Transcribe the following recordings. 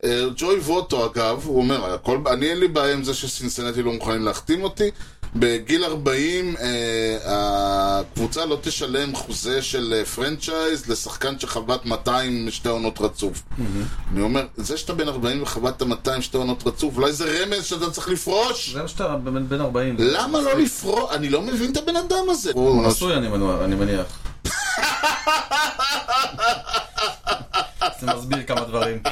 ג'וי ווטו אגב, הוא אומר, אני אין לי בעיה עם זה שסינסינטי לא מוכנים להחתים אותי, בגיל 40 הקבוצה לא תשלם חוזה של פרנצ'ייז לשחקן שחבט 200 שתי עונות רצוף. אני אומר, זה שאתה בן 40 וחבטת 200 שתי עונות רצוף, אולי זה רמז שאתה צריך לפרוש? זה שאתה בן 40. למה לא לפרוש? אני לא מבין את הבן אדם הזה. הוא נשוי, אני מניח. זה מסביר כמה דברים.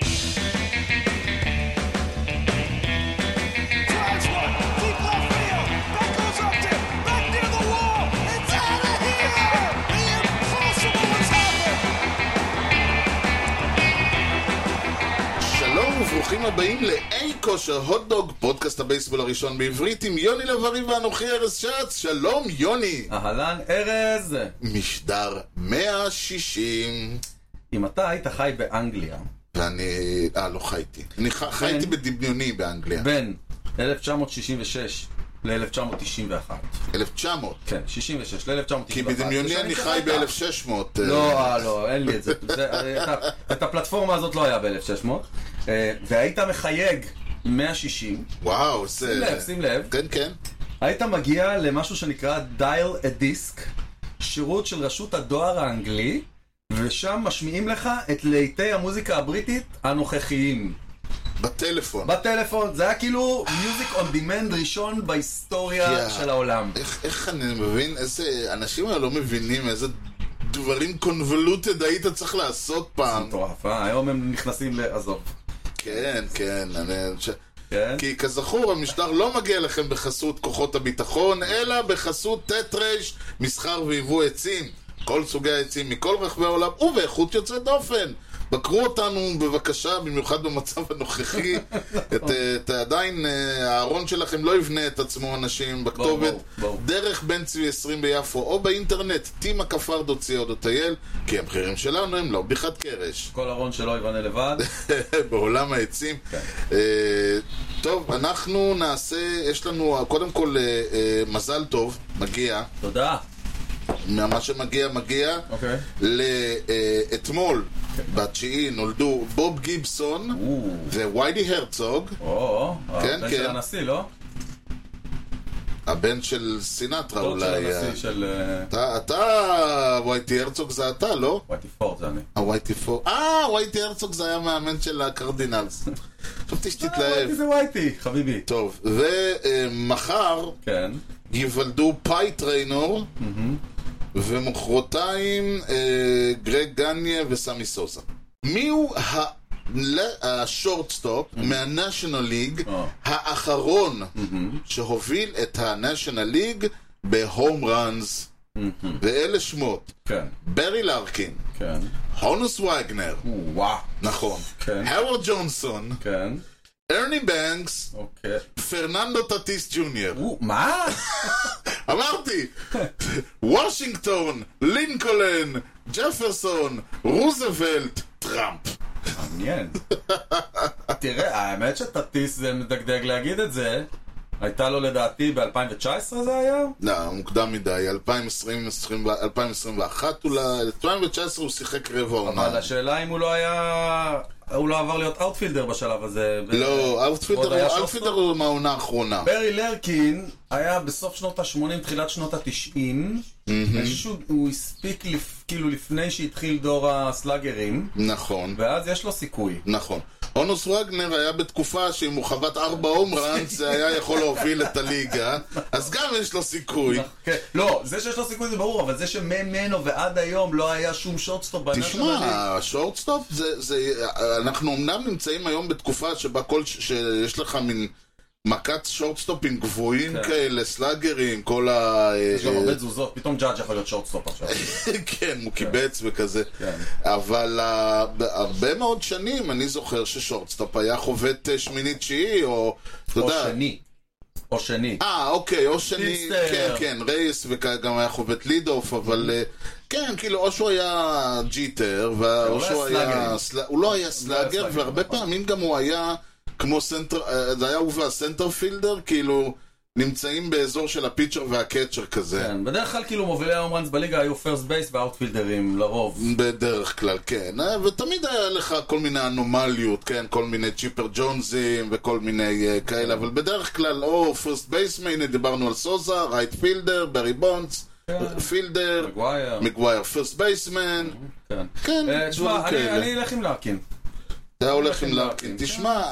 ברוכים הבאים לאי כושר הוטדוג, פודקאסט הבייסבול הראשון בעברית עם יוני לב-ארי ואנוכי ארז שץ. שלום יוני. אהלן ארז. משדר 160. אם אתה היית חי באנגליה ואני, לא חייתי, אני חייתי בדמיוני באנגליה בין 1966 ל-1991. 1900? כן, 66 ל-1991. כי בדמיוני אני חי ב-1600. לא, אין לי את זה. את הפלטפורמה הזאת לא היה ב-1600. והיית מחייג 160. וואו, שים לב. כן, כן. היית מגיע למשהו שנקרא Dial a Disc, שירות של רשות הדואר האנגלי, ושם משמיעים לך את להיטי המוזיקה הבריטית הנוכחיים. בטלפון. זה היה כאילו Music on Demand ראשון בהיסטוריה של העולם. איך אני מבין, איזה אנשים לא מבינים איזה דברים קונבולוטד היית צריך לעשות פעם. זה מטורף, היום הם נכנסים לעזוב. כן. כי כזכור המשדר לא מגיע לכם בחסות כוחות הביטחון, אלא בחסות טטרש, מסחר ויבוא עצים, כל סוגי העצים מכל רחבי העולם ובאיכות יוצאת דופן. בקרו אותנו בבקשה, במיוחד במצב הנוכחי. עדיין הארון שלכם לא יבנה את עצמו אנשים בכתובת דרך בן צבי 20 ביפו או באינטרנט tima.co.il, כי המחירים שלנו הם לא בדיחת קרש. כל ארון שלא יבנה לבד בעולם העצים. טוב, אנחנו נעשה, יש לנו קודם כל מזל טוב, מגיע. תודה. מה שמגיע לאתמול בתשיעי נולדו בוב גיבסון וויידי הרצוג. הבן של הנשיא, לא? הבן של סינטרה אולי. אתה ויידי הרצוג זה אתה, לא? ויידי פורד זה אני. ויידי הרצוג זה היה מאמן של הקרדינלס. חשבתי שתתלהב. ויידי זה ויידי, חביבי. טוב, ומחר ייוולדו פאי טריינור ומחרתיים גרג גניה וסמי סוסה. מיהו השורטסטופ מהנשיונל ליג האחרון שהוביל את הנשיונל ליג בהום ראנס? ואלה שמות: ברי לארקין, הונוס וגנר, נכון, הווארד ג'ונסון, ארני בנקס, פרננדו טטיס ג'וניור. מה? אמרתי, וושינגטון, לינקולן, ג'פרסון, רוזוולט, טראמפ. מעניין. תראה, האמת שטטיס זה מדגדג להגיד את זה. הייתה לו לדעתי ב-2019 זה היה? לא, מוקדם מדי, 2021 אולי, 2019 הוא שיחק רבע עונה. אבל השאלה אם הוא לא היה, הוא לא עבר להיות אאוטפילדר בשלב הזה. לא, אאוטפילדר הוא מהעונה האחרונה. ברי לרקין היה בסוף שנות ה-80, תחילת שנות ה-90. הוא הספיק כאילו לפני שהתחיל דור הסלאגרים. נכון. ואז יש לו סיכוי. נכון. הונוס וגנר היה בתקופה שאם הוא חבט 4 הום ראנס זה היה יכול להוביל את הליגה, אז גם יש לו סיכוי. לא, זה שיש לו סיכוי זה ברור, אבל זה שממנו ועד היום לא היה שום שורטסטופ בנשיונל ליג. תשמע, השורטסטופ אנחנו אמנם נמצאים היום בתקופה שבה שיש לך מין מכת שורטסטופים גבוהים כאלה, סלאגרים, כל יש גם הרבה תזוזות, פתאום ג'אדג' יכול להיות שורטסטופ עכשיו. כן, הוא קיבץ וכזה. אבל הרבה מאוד שנים אני זוכר ששורטסטופ היה חובט שמינית תשיעי, או שני. אוקיי, או שני, כן, רייס וגם היה חובט לידוף, אבל כן, כאילו, או שהוא היה ג'יטר, או שהוא היה, הוא לא היה סלאגר, והרבה פעמים גם הוא היה כמו סנטר, זה היה הוא והסנטר פילדר, כאילו נמצאים באזור של הפיצ'ר והקצ'ר כזה. כן, בדרך כלל כאילו מובילי ההומראנס בליגה היו פרסט בייס ואוטפילדרים לרוב. בדרך כלל, כן. ותמיד היה לך כל מיני אנומליות, כן? כל מיני צ'יפר ג'ונזים וכל מיני כאלה, אבל בדרך כלל או פרסט בייסמן, דיברנו על סוזה, רייט פילדר, ברי בונדס, פילדר, מגווייר, פרסט בייסמן. כן, תשמע, אני אלך עם לארקין. אתה הולך עם לארקין. תשמע,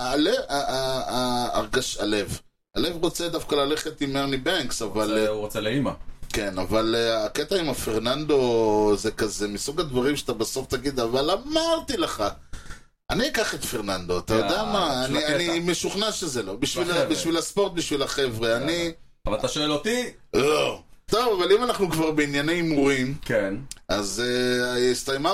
הלב רוצה דווקא ללכת עם מרני בנקס, אבל... הוא רוצה לאמא. כן, אבל הקטע עם הפרננדו זה כזה מסוג הדברים שאתה בסוף תגיד, אבל אמרתי לך, אני אקח את פרננדו, אתה יודע מה? אני משוכנע שזה לא. בשביל הספורט, בשביל החבר'ה, אני... אבל אתה שואל אותי? לא. טוב, אבל אם אנחנו כבר בענייני הימורים, כן. אז הסתיימה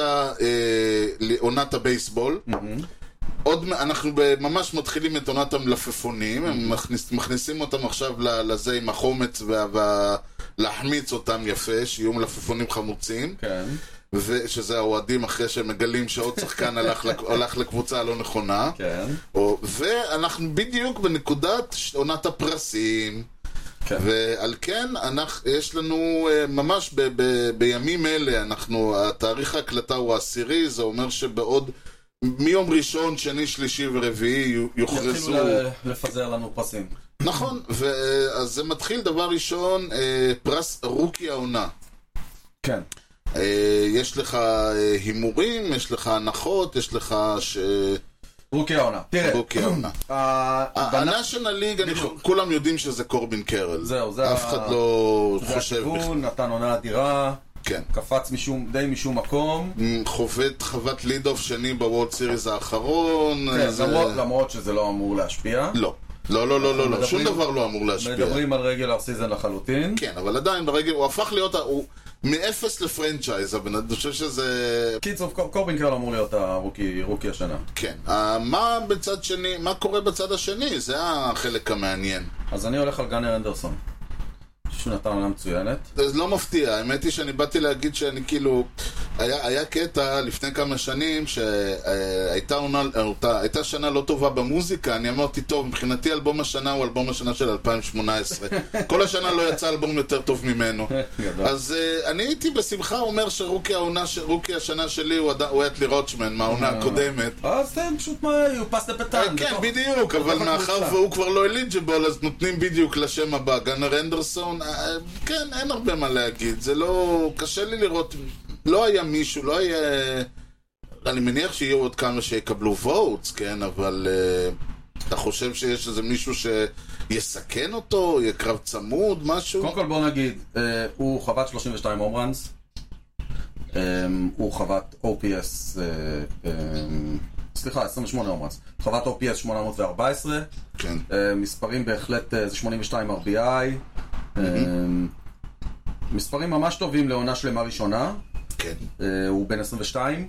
עונת הבייסבול. אנחנו ממש מתחילים את עונת המלפפונים, הם מכניסים אותם עכשיו לזה עם החומץ ולהחמיץ אותם יפה, שיהיו מלפפונים חמוצים. כן. ושזה האוהדים אחרי שהם מגלים שעוד שחקן הלך לקבוצה הלא נכונה. כן. ואנחנו בדיוק בנקודת עונת הפרסים. כן. ועל כן יש לנו ממש בימים אלה, התאריך ההקלטה הוא 10, זה אומר שבעוד מיום ראשון, שני, שלישי ורביעי יוכרזו... יתחילו לפזר לנו פרסים. נכון, אז זה מתחיל דבר ראשון, פרס רוקי העונה. כן. יש לך הימורים, יש לך הנחות, יש לך רוקי העונה. תראה. רוקי העונה. הנאשנל ליג, כולם יודעים שזה קורבין קרל. זהו, אף אחד לא חושב... זה הכיוון, נתן עונה אדירה. כן. קפץ די משום מקום. חוות ליד אוף שני בוולד סיריז האחרון. כן, למרות שזה לא אמור להשפיע. לא. לא, שום דבר לא אמור להשפיע. מדברים על רגל סיזן לחלוטין. כן, אבל עדיין ברגל, הוא הפך להיות, הוא מאפס לפרנצ'ייז, אבל אני חושב שזה... קיצור, קורבין קרל אמור להיות הרוקי השנה. כן, מה קורה בצד השני? זה החלק המעניין. אז אני הולך על גאנר אנדרסון. שהוא נתן עונה מצוינת. זה לא מפתיע, האמת היא שאני באתי להגיד שאני כאילו... היה קטע לפני כמה שנים שהייתה שנה לא טובה במוזיקה, אני אמרתי, טוב, מבחינתי אלבום השנה הוא אלבום השנה של 2018. כל השנה לא יצא אלבום יותר טוב ממנו. אז אני הייתי בשמחה אומר שרוקי השנה שלי הוא אטלי רוטשמן מהעונה הקודמת. אז זה פשוט מה, הוא פס לפטן. כן, בדיוק, אבל מאחר והוא כבר לא אליג'יבול, אז נותנים בדיוק לשם הבא, גאנר אנדרסון. כן, אין הרבה מה להגיד, זה לא... קשה לי לראות... לא היה מישהו, לא היה... אני מניח שיהיו עוד כמה שיקבלו ווטס, כן, אבל אתה חושב שיש איזה מישהו שיסכן אותו, יהיה קרב צמוד, משהו? קודם כל בוא נגיד, הוא חוות 32 הומראנס, הוא חוות OPS, סליחה, 28 הומראנס, חוות OPS 814, כן. מספרים בהחלט, זה 82 RBI, מספרים ממש טובים לעונה שלמה ראשונה. כן. הוא בן 22.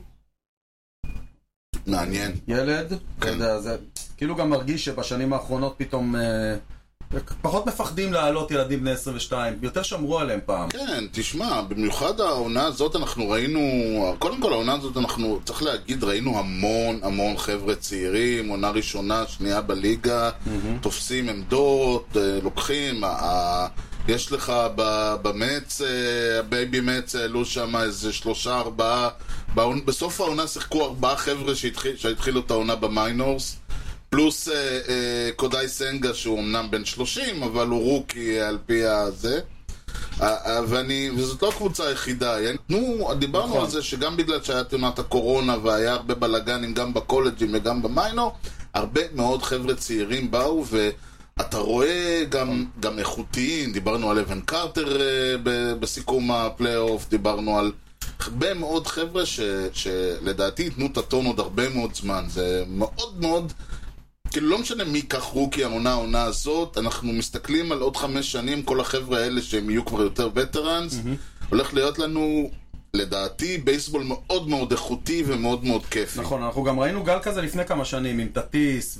מעניין. ילד. כן. זה כאילו גם מרגיש שבשנים האחרונות פתאום פחות מפחדים לעלות ילדים בני 22. יותר שמרו עליהם פעם. כן, תשמע, במיוחד העונה הזאת אנחנו ראינו, קודם כל העונה הזאת אנחנו, צריך להגיד, ראינו המון חבר'ה צעירים, עונה ראשונה, שנייה בליגה, תופסים עמדות, לוקחים, יש לך במץ, הבייבי מצ, העלו שם איזה 3-4, בסוף העונה שיחקו 4 חבר'ה שהתחילו את העונה במיינורס, פלוס קודאי סנגה שהוא אמנם בן 30, אבל הוא רוקי על פי הזה, וזאת לא הקבוצה היחידה. דיברנו על זה שגם בגלל שהיה תאונת הקורונה והיה הרבה בלגנים גם בקולג'ים וגם במיינור, הרבה מאוד חבר'ה צעירים באו אתה רואה גם איכותיים, דיברנו על אבן קארטר בסיכום הפלייאוף, דיברנו על הרבה מאוד חבר'ה שלדעתי יתנו את הטון עוד הרבה מאוד זמן. זה מאוד מאוד, כאילו לא משנה מי ייקח רוקי העונה הזאת, אנחנו מסתכלים על עוד 5 שנים, כל החבר'ה האלה שהם יהיו כבר יותר וטרנס, הולך להיות לנו לדעתי בייסבול מאוד מאוד איכותי ומאוד מאוד כיפי. נכון, אנחנו גם ראינו גל כזה לפני כמה שנים עם טטיס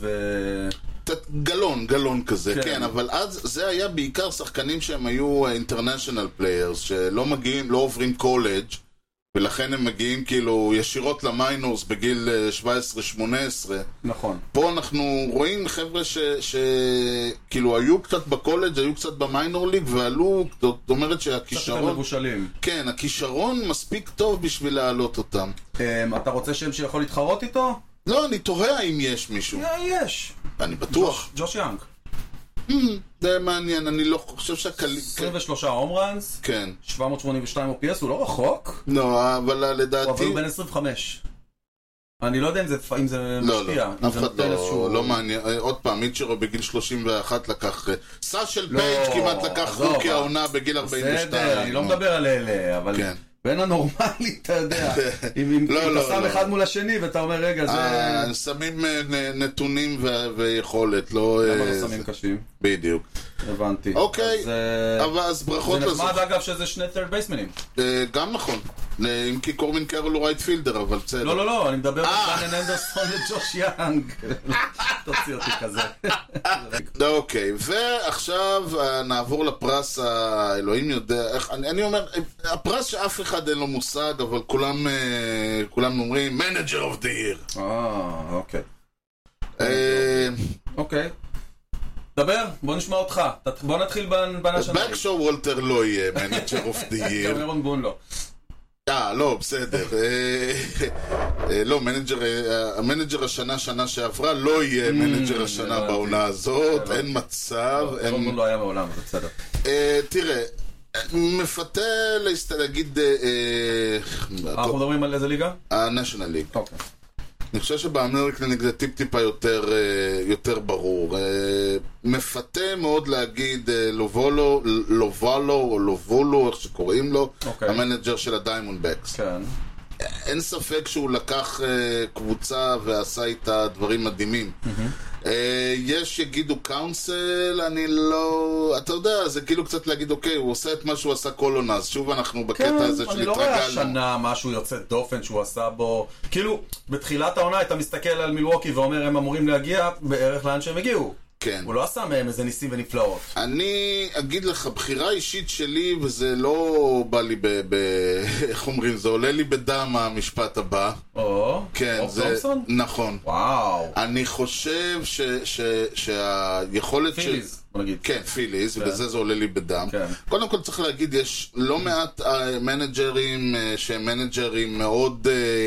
גלון כזה, כן, אבל אז זה היה בעיקר שחקנים שהם היו international players, שלא מגיעים, לא עוברים קולג', ולכן הם מגיעים כאילו ישירות למיינורס בגיל 17-18. נכון. פה אנחנו רואים חבר'ה שכאילו היו קצת בקולג', היו קצת במיינור ליג ועלו, זאת אומרת שהכישרון... קצת מבושלים. כן, הכישרון מספיק טוב בשביל להעלות אותם. אתה רוצה שם שיכול להתחרות איתו? לא, אני תוהה אם יש מישהו. יש. אני בטוח. ג'וש יאנג. זה מעניין, אני לא חושב 23 הום ראנס. כן. 782 OPS, הוא לא רחוק. לא, אבל לדעתי... הוא בן 25. אני לא יודע אם זה משפיע. לא, אף אחד לא מעניין. עוד פעם, מיצ'רו בגיל 31 לקח... סאשל פייג' כמעט לקח רוקי העונה בגיל 42. בסדר, אני לא מדבר על אלה, אבל... בין הנורמלי, אתה יודע, אם אתה שם אחד מול השני ואתה אומר, רגע, זה... שמים נתונים ויכולת, לא... למה לא שמים קשים? בדיוק. הבנתי. אוקיי, אז ברכות לזה. זה נחמד אגב שזה שני third basemen'ים. גם נכון. אם כי קורבין קרול הוא רייט פילדר, אבל בסדר. לא, אני מדבר על דן אנדרסון וג'וש יאנג. תוציא אותי כזה. אוקיי, ועכשיו נעבור לפרס האלוהים יודע, אני אומר, הפרס שאף אחד אין לו מושג, אבל כולם אומרים, Manager of the Year. אוקיי. אוקיי. דבר, בוא נשמע אותך. בוא נתחיל בנשנה. בקשו וולטר לא יהיה Manager of the Year. קמרון בון לא. לא, בסדר. לא, המנג'ר שנה שעברה לא יהיה מנג'ר השנה בעונה הזאת, אין מצב. קמרון לא היה מעולם, זה בסדר. תראה, מפתה להגיד... אנחנו מדברים על איזה ליגה? ה-National League. אוקיי. אני חושב שבאמריקן ליג זה טיפ-טיפה יותר ברור. מפתה מאוד להגיד לובולו, או לובולו, איך שקוראים לו, המנג'ר של הדיימונדבקס. כן. אין ספק שהוא לקח קבוצה ועשה איתה דברים מדהימים. יש יגידו קאונסל, אני לא... אתה יודע, זה כאילו קצת להגיד, אוקיי, הוא עושה את מה שהוא עשה כל עונה, אז שוב אנחנו בקטע הזה של התרגלנו. אני לא רואה השנה משהו יוצא דופן שהוא עשה בו... כאילו, בתחילת העונה אתה מסתכל על מילווקי ואומר, הם אמורים להגיע בערך לאן שהם הגיעו. כן. הוא לא עשה מהם איזה ניסים ונפלאות. אני אגיד לך, בחירה אישית שלי, וזה לא בא לי איך אומרים, זה עולה לי בדם המשפט הבא. כן, זה... תומפסון? נכון. וואו. אני חושב שהיכולת של... פיליז, בוא נגיד. כן, פיליז, ובזה זה עולה לי בדם. קודם כל צריך להגיד, יש לא מעט מנג'רים שהם מנג'רים מאוד...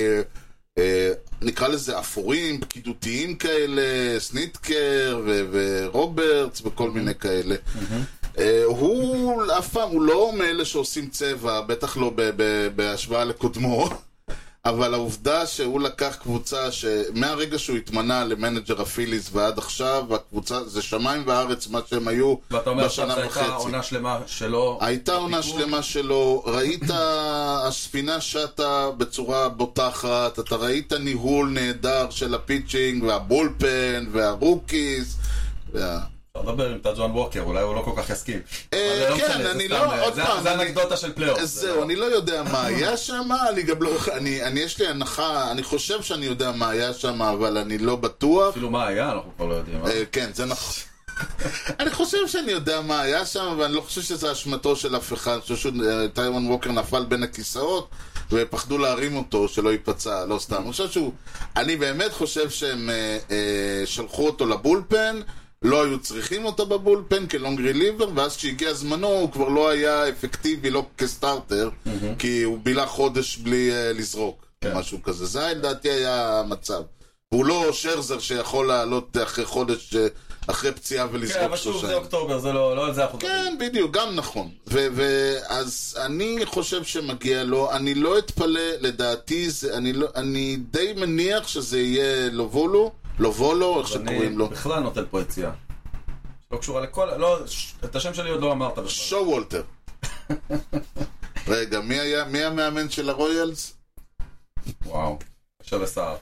נקרא לזה אפורים, פקידותיים כאלה, סניטקר ורוברטס וכל מיני כאלה. הוא אף פעם, הוא לא מאלה שעושים צבע, בטח לא בהשוואה לקודמו, אבל העובדה שהוא לקח קבוצה שמהרגע שהוא התמנה למנג'ר הפיליס ועד עכשיו, הקבוצה זה שמיים וארץ מה שהם היו בשנה וחצי. ואתה אומר שהייתה עונה שלמה שלו? הייתה עונה שלמה שלו, ראית הספינה שטה בצורה בוטחת, אתה ראית ניהול נהדר של הפיצ'ינג והבולפן והרוקיז אתה מדבר עם תג'ואן ווקר, אולי הוא לא כל כך יסכים. כן, אני לא, עוד פעם. זה אנקדוטה של פלייאוף. זהו, אני לא יודע מה היה שם, אני גם לא, יש לי הנחה, אני חושב שאני יודע מה היה שם, אבל אני לא בטוח. אפילו מה היה, אנחנו כבר לא יודעים. כן, זה נכון. אני חושב שאני יודע מה היה שם, אבל אני לא חושב שזה אשמתו של אף אחד. אני חושב שטייוואן ווקר נפל בין הכיסאות, ופחדו להרים אותו, שלא ייפצע, לא סתם. אני באמת חושב שהם שלחו אותו לבולפן, לא היו צריכים אותו בבולפן כלונג ריליבר, ואז כשהגיע זמנו הוא כבר לא היה אפקטיבי, לא כסטארטר, כי הוא בילה חודש בלי לזרוק, משהו כזה. זה לדעתי היה המצב. והוא לא שרזר שיכול לעלות אחרי חודש, אחרי פציעה ולזרוק. כן, אבל שוב זה אוקטובר, זה לא על זה אנחנו... כן, בדיוק, גם נכון. אז אני חושב שמגיע לו, אני לא אתפלא, לדעתי, אני די מניח שזה יהיה לובולו, איך שקוראים לו. אני בכלל נותן פה יציאה. לא קשורה לכל... לא, את השם שלי עוד לא אמרת בכלל. שו וולטר. רגע, מי המאמן של הרויאלס? וואו, קשה לסער.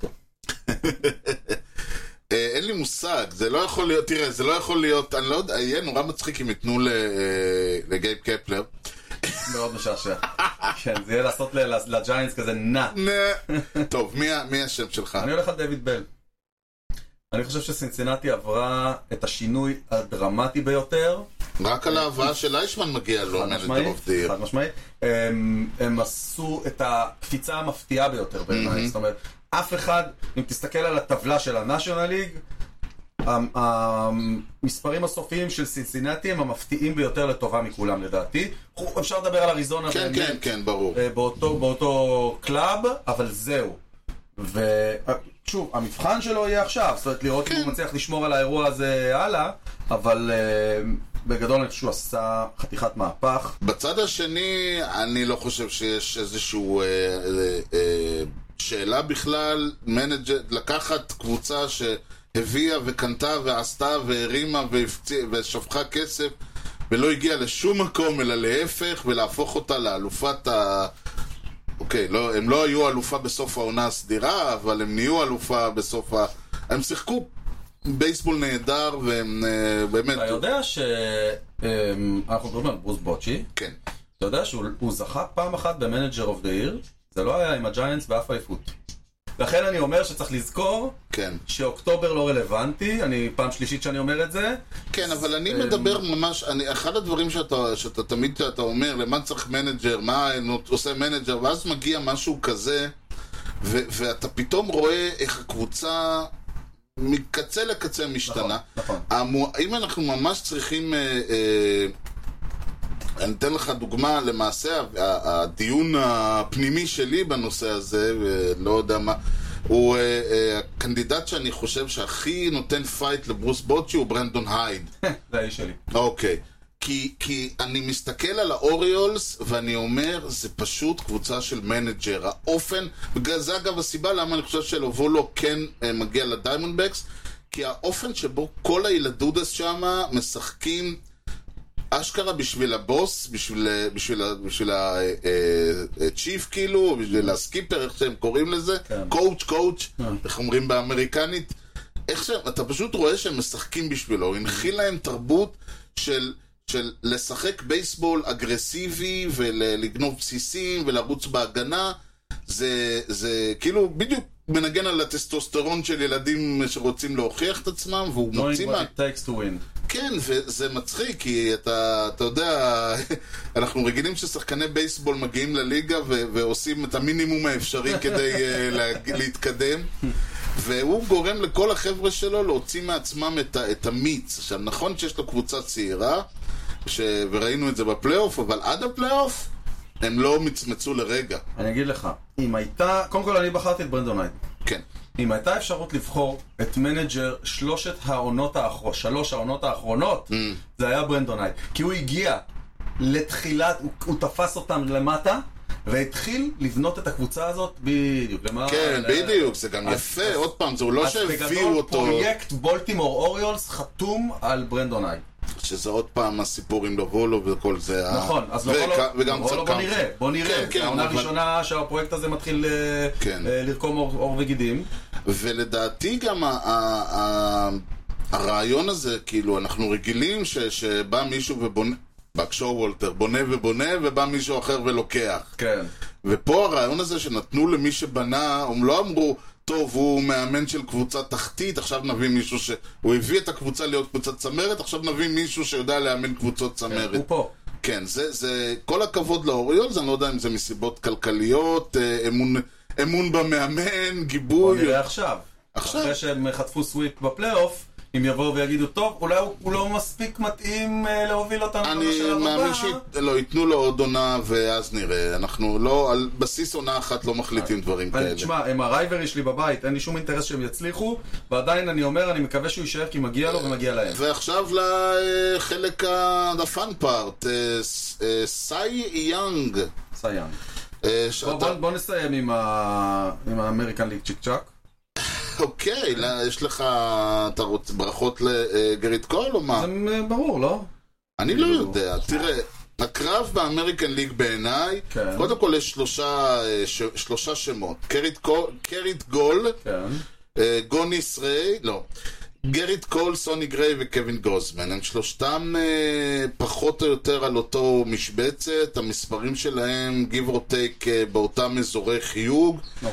אין לי מושג, זה לא יכול להיות, תראה, זה לא יכול להיות, אני לא יודע, יהיה נורא מצחיק אם יתנו לגייב קפלר. מאוד משעשע. כן, זה יהיה לעשות לג'יינס כזה נע. טוב, מי השם שלך? אני הולך על דיוויד בל. אני חושב שסינסינטי עברה את השינוי הדרמטי ביותר רק על ההבאה של איישמן מגיע לו, מנג'ר אוף דה ייר. חד משמעית. הם עשו את הקפיצה המפתיעה ביותר בעיניי. זאת אומרת, אף אחד, אם תסתכל על הטבלה של הנאשונל ליג, המספרים הסופיים של סינסינטי הם המפתיעים ביותר לטובה מכולם לדעתי. אפשר לדבר על אריזונה באמת, כן, ברור. באותו קלאב, אבל זהו. ושוב, המבחן שלו יהיה עכשיו, זאת אומרת לראות אם הוא מצליח לשמור על האירוע הזה הלאה, אבל בגדול אני חושב שהוא עשה חתיכת מהפך. בצד השני, אני לא חושב שיש איזשהו שאלה בכלל, לקחת קבוצה שהביאה וקנתה ועשתה והרימה ושפכה כסף ולא הגיעה לשום מקום אלא להפך, ולהפוך אותה לאלופת אוקיי, הם לא היו אלופה בסוף העונה הסדירה, אבל הם נהיו אלופה בסוף הם שיחקו בייסבול נהדר, והם באמת... אתה יודע אנחנו מדברים על ברוס בוצ'י. כן. אתה יודע שהוא זכה פעם אחת במנג'ר אוף דה ייר, זה לא היה עם הג'יינטס באף אליפות. לכן אני אומר שצריך לזכור שאוקטובר לא רלוונטי, אני פעם שלישית שאני אומר את זה. כן, אבל אני מדבר ממש, אחד הדברים שאתה תמיד אומר, למה צריך מנג'ר, מה עושה מנג'ר, ואז מגיע משהו כזה, ואתה פתאום רואה איך הקבוצה מקצה לקצה משתנה. נכון. אם אנחנו ממש צריכים... אני אתן לך דוגמה, למעשה הדיון הפנימי שלי בנושא הזה, ולא יודע מה, הוא הקנדידט שאני חושב שהכי נותן פייט לברוס בוצ'י הוא ברנדון הייד. זה האיש שלי. אוקיי. כי אני מסתכל על האוריולס ואני אומר, זה פשוט קבוצה של מנג'ר. האופן, בגלל זה אגב הסיבה למה אני חושב שלובולו כן מגיע לדיימונדבקס, כי האופן שבו כל הילדודס שם משחקים אשכרה בשביל הבוס, בשביל הצ'יף כאילו, בשביל הסקיפר, איך שהם קוראים לזה, קואוץ', איך אומרים באמריקנית, איך שאתה פשוט רואה שהם משחקים בשבילו, הוא הנחיל להם תרבות של לשחק בייסבול אגרסיבי ולגנוב בסיסים ולרוץ בהגנה, זה כאילו בדיוק מנגן על הטסטוסטרון של ילדים שרוצים להוכיח את עצמם, והוא מוציא מה... Knowing what it takes to win. כן, וזה מצחיק, כי אתה יודע, אנחנו רגילים ששחקני בייסבול מגיעים לליגה ועושים את המינימום האפשרי כדי להתקדם, והוא גורם לכל החבר'ה שלו להוציא מעצמם את המיץ. עכשיו, נכון שיש לו קבוצה צעירה, וראינו את זה בפלייאוף, אבל עד הפלייאוף הם לא מצמצו לרגע. אני אגיד לך, אם הייתה, קודם כל אני בחרתי את ברנדון הייד. כן. אם הייתה אפשרות לבחור את מנג'ר שלוש העונות האחרונות, זה היה ברנדון הייד. כי הוא הגיע לתחילת, הוא תפס אותם למטה, והתחיל לבנות את הקבוצה הזאת בדיוק. כן, בדיוק, זה גם יפה. עוד פעם, זה לא שהביאו אותו... פרויקט בולטימור אוריולס חתום על ברנדון הייד. שזה עוד פעם הסיפור עם לובולו וכל זה. נכון, אז לובולו בוא נראה. זה העונה הראשונה שהפרויקט הזה מתחיל לרקום עור וגידים. ולדעתי גם הרעיון הזה, כאילו, אנחנו רגילים שבא מישהו ובונה, בקשו וולטר, בונה ובונה, ובא מישהו אחר ולוקח. כן. ופה הרעיון הזה שנתנו למי שבנה, הם לא אמרו, טוב, הוא מאמן של קבוצה תחתית, עכשיו נביא מישהו הוא הביא את הקבוצה להיות קבוצת צמרת, עכשיו נביא מישהו שיודע לאמן קבוצות צמרת. הוא פה. כן, זה כל הכבוד לאוריולס, אני לא יודע אם זה מסיבות כלכליות, אמון במאמן, גיבוי. בוא נראה עכשיו. אחרי שהם חטפו סוויפ בפלייאוף, אם יבואו ויגידו, טוב, אולי הוא לא מספיק מתאים להוביל אותנו אני מאמין שלא, ייתנו לו עוד עונה ואז נראה. אנחנו לא, על בסיס עונה אחת לא מחליטים דברים כאלה. תשמע, הם הרייברי שלי בבית, אין לי שום אינטרס שהם יצליחו, ועדיין אני אומר, אני מקווה שהוא יישאר כי מגיע לו ומגיע להם. ועכשיו לחלק הפאן פארט, סאי יאנג. סאי יאנג. בוא נסיים עם האמריקן ליג צ'יק צ'אק. אוקיי, יש לך, אתה רוצה ברכות לגריט קול או מה? זה ברור, לא? אני לא יודע, תראה, הקרב באמריקן ליג בעיניי, קודם כל יש שלושה שמות, קריט גול, גוניס ריי, לא, גריט קול, סוני גריי וקווין גוזמן, הם שלושתם פחות או יותר על אותו משבצת, המספרים שלהם give or take באותם אזורי חיוג,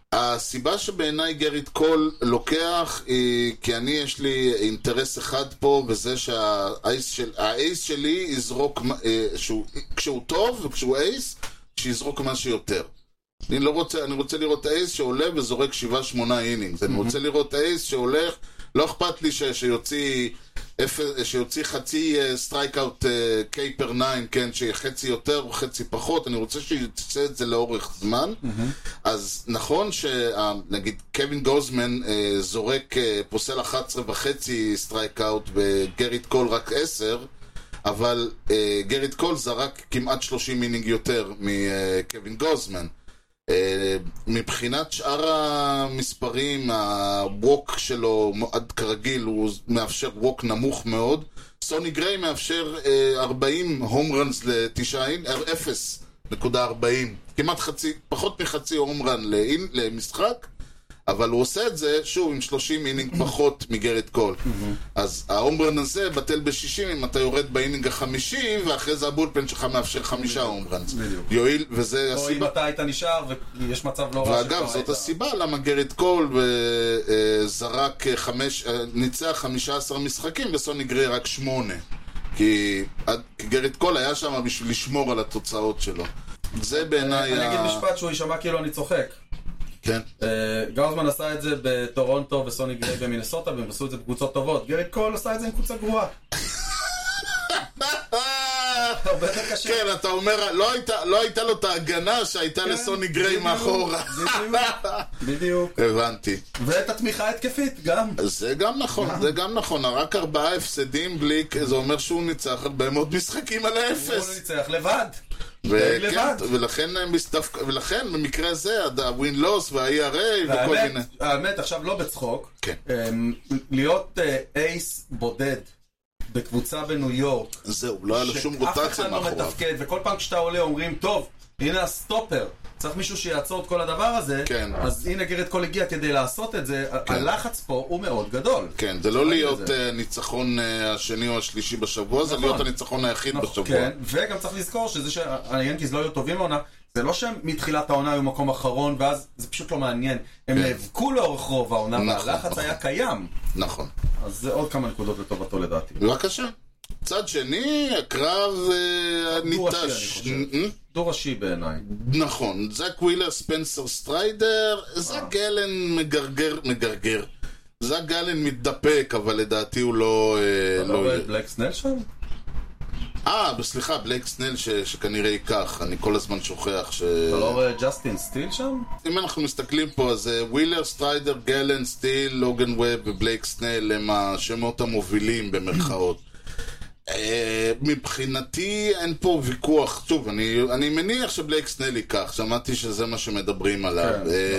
הסיבה שבעיניי גריט קול לוקח היא כי יש לי אינטרס אחד פה, וזה שהאייס שלי יזרוק, כשהוא טוב וכשהוא אייס, שיזרוק משהו יותר. אני רוצה לראות אייס שעולה וזורק 7-8 אינינגס. אני רוצה לראות אייס שהולך, לא אכפת לי שיוציא חצי סטרייקאוט קייפר 9, כן, שחצי יותר או חצי פחות, אני רוצה שיצא את זה לאורך זמן. אז נכון שנגיד קווין גוזמן זורק פוסל 11.5 סטרייקאוט וגריט קול רק 10, אבל גריט קול זרק כמעט 30 אינינג יותר מקווין גוזמן. מבחינת שאר המספרים, הווק שלו עד כרגיל הוא מאפשר ווק נמוך מאוד. סוני גריי מאפשר 40 הום ראנס ל-0.40, כמעט פחות מחצי הום רן למשחק, אבל הוא עושה את זה שוב עם 30 אינינג פחות מגריט קול. אז ההומרן הזה בטל ב-60 אם אתה יורד באינינג ה-50, ואחרי זה הבולפן שלך מאפשר 5 הומרנס. יועיל, וזה הסיבה. או אם אתה היית נשאר ויש מצב לא רע. ואגב, זאת הסיבה למה גריט קול זרק ניצח 15 משחקים וסוני גריי רק 8. כי גריט קול היה שם בשביל לשמור על התוצאות שלו. זה בעיניי... אני אגיד משפט שהוא יישמע כאילו אני צוחק. כן. גאוזמן עשה את זה בטורונטו וסוני גריי במינסוטה, והם עשו את זה בקבוצות טובות. גריט קול עשה את זה עם קבוצה גרועה. הרבה יותר קשה. כן, אתה אומר, לא הייתה לו את ההגנה שהייתה לסוני גריי מאחורה. בדיוק. הבנתי. ואת התמיכה ההתקפית גם. זה גם נכון, זה גם נכון. רק 4 הפסדים בלי, זה אומר שהוא ניצח הרבה מאוד משחקים על האפס. הוא ניצח לבד. ולכן במקרה זה הווין-לוס וה-ERA וכל מיני. האמת, עכשיו לא בצחוק, להיות אייס בודד בקבוצה בניו יורק, זהו, לא היה לו שום רוטציה מאחוריו, שאף אחד לא מתפקד, וכל פעם כשאתה עולה אומרים, טוב, הנה הסטופר, צריך מישהו שיעצור את כל הדבר הזה, אז הנה גריט קול הגיע כדי לעשות את זה. הלחץ פה הוא מאוד גדול. כן, זה לא להיות ניצחון השני או השלישי בשבוע, זה להיות הניצחון היחיד בשבוע. כן, וגם צריך לזכור שזה שהיאנקיז לא היו טובים לעונה, זה לא שהם מתחילת העונה היו מקום אחרון, ואז זה פשוט לא מעניין. הם נאבקו לאורך רוב העונה, והלחץ היה קיים. נכון. אז זה עוד כמה נקודות לטובתו לדעתי. בבקשה. צד שני, הקרב ניטש. דור ראשי בעיניי. נכון, זק ווילר, ספנסר סטריידר, זק גלן מגרגר. זק גלן מתדפק, אבל לדעתי הוא לא... אתה לא רואה בלייק סנל שם? סליחה, בלייק סנל שכנראה ייקח, אני כל הזמן שוכח ש... אתה לא רואה ג'סטין סטיל שם? אם אנחנו מסתכלים פה, אז ווילר, סטריידר, גלן, סטיל, לוגן ווב ובלייק סנל הם השמות המובילים במרכאות. מבחינתי אין פה ויכוח. שוב, אני מניח שבלייק סנל ייקח, שמעתי שזה מה שמדברים עליו.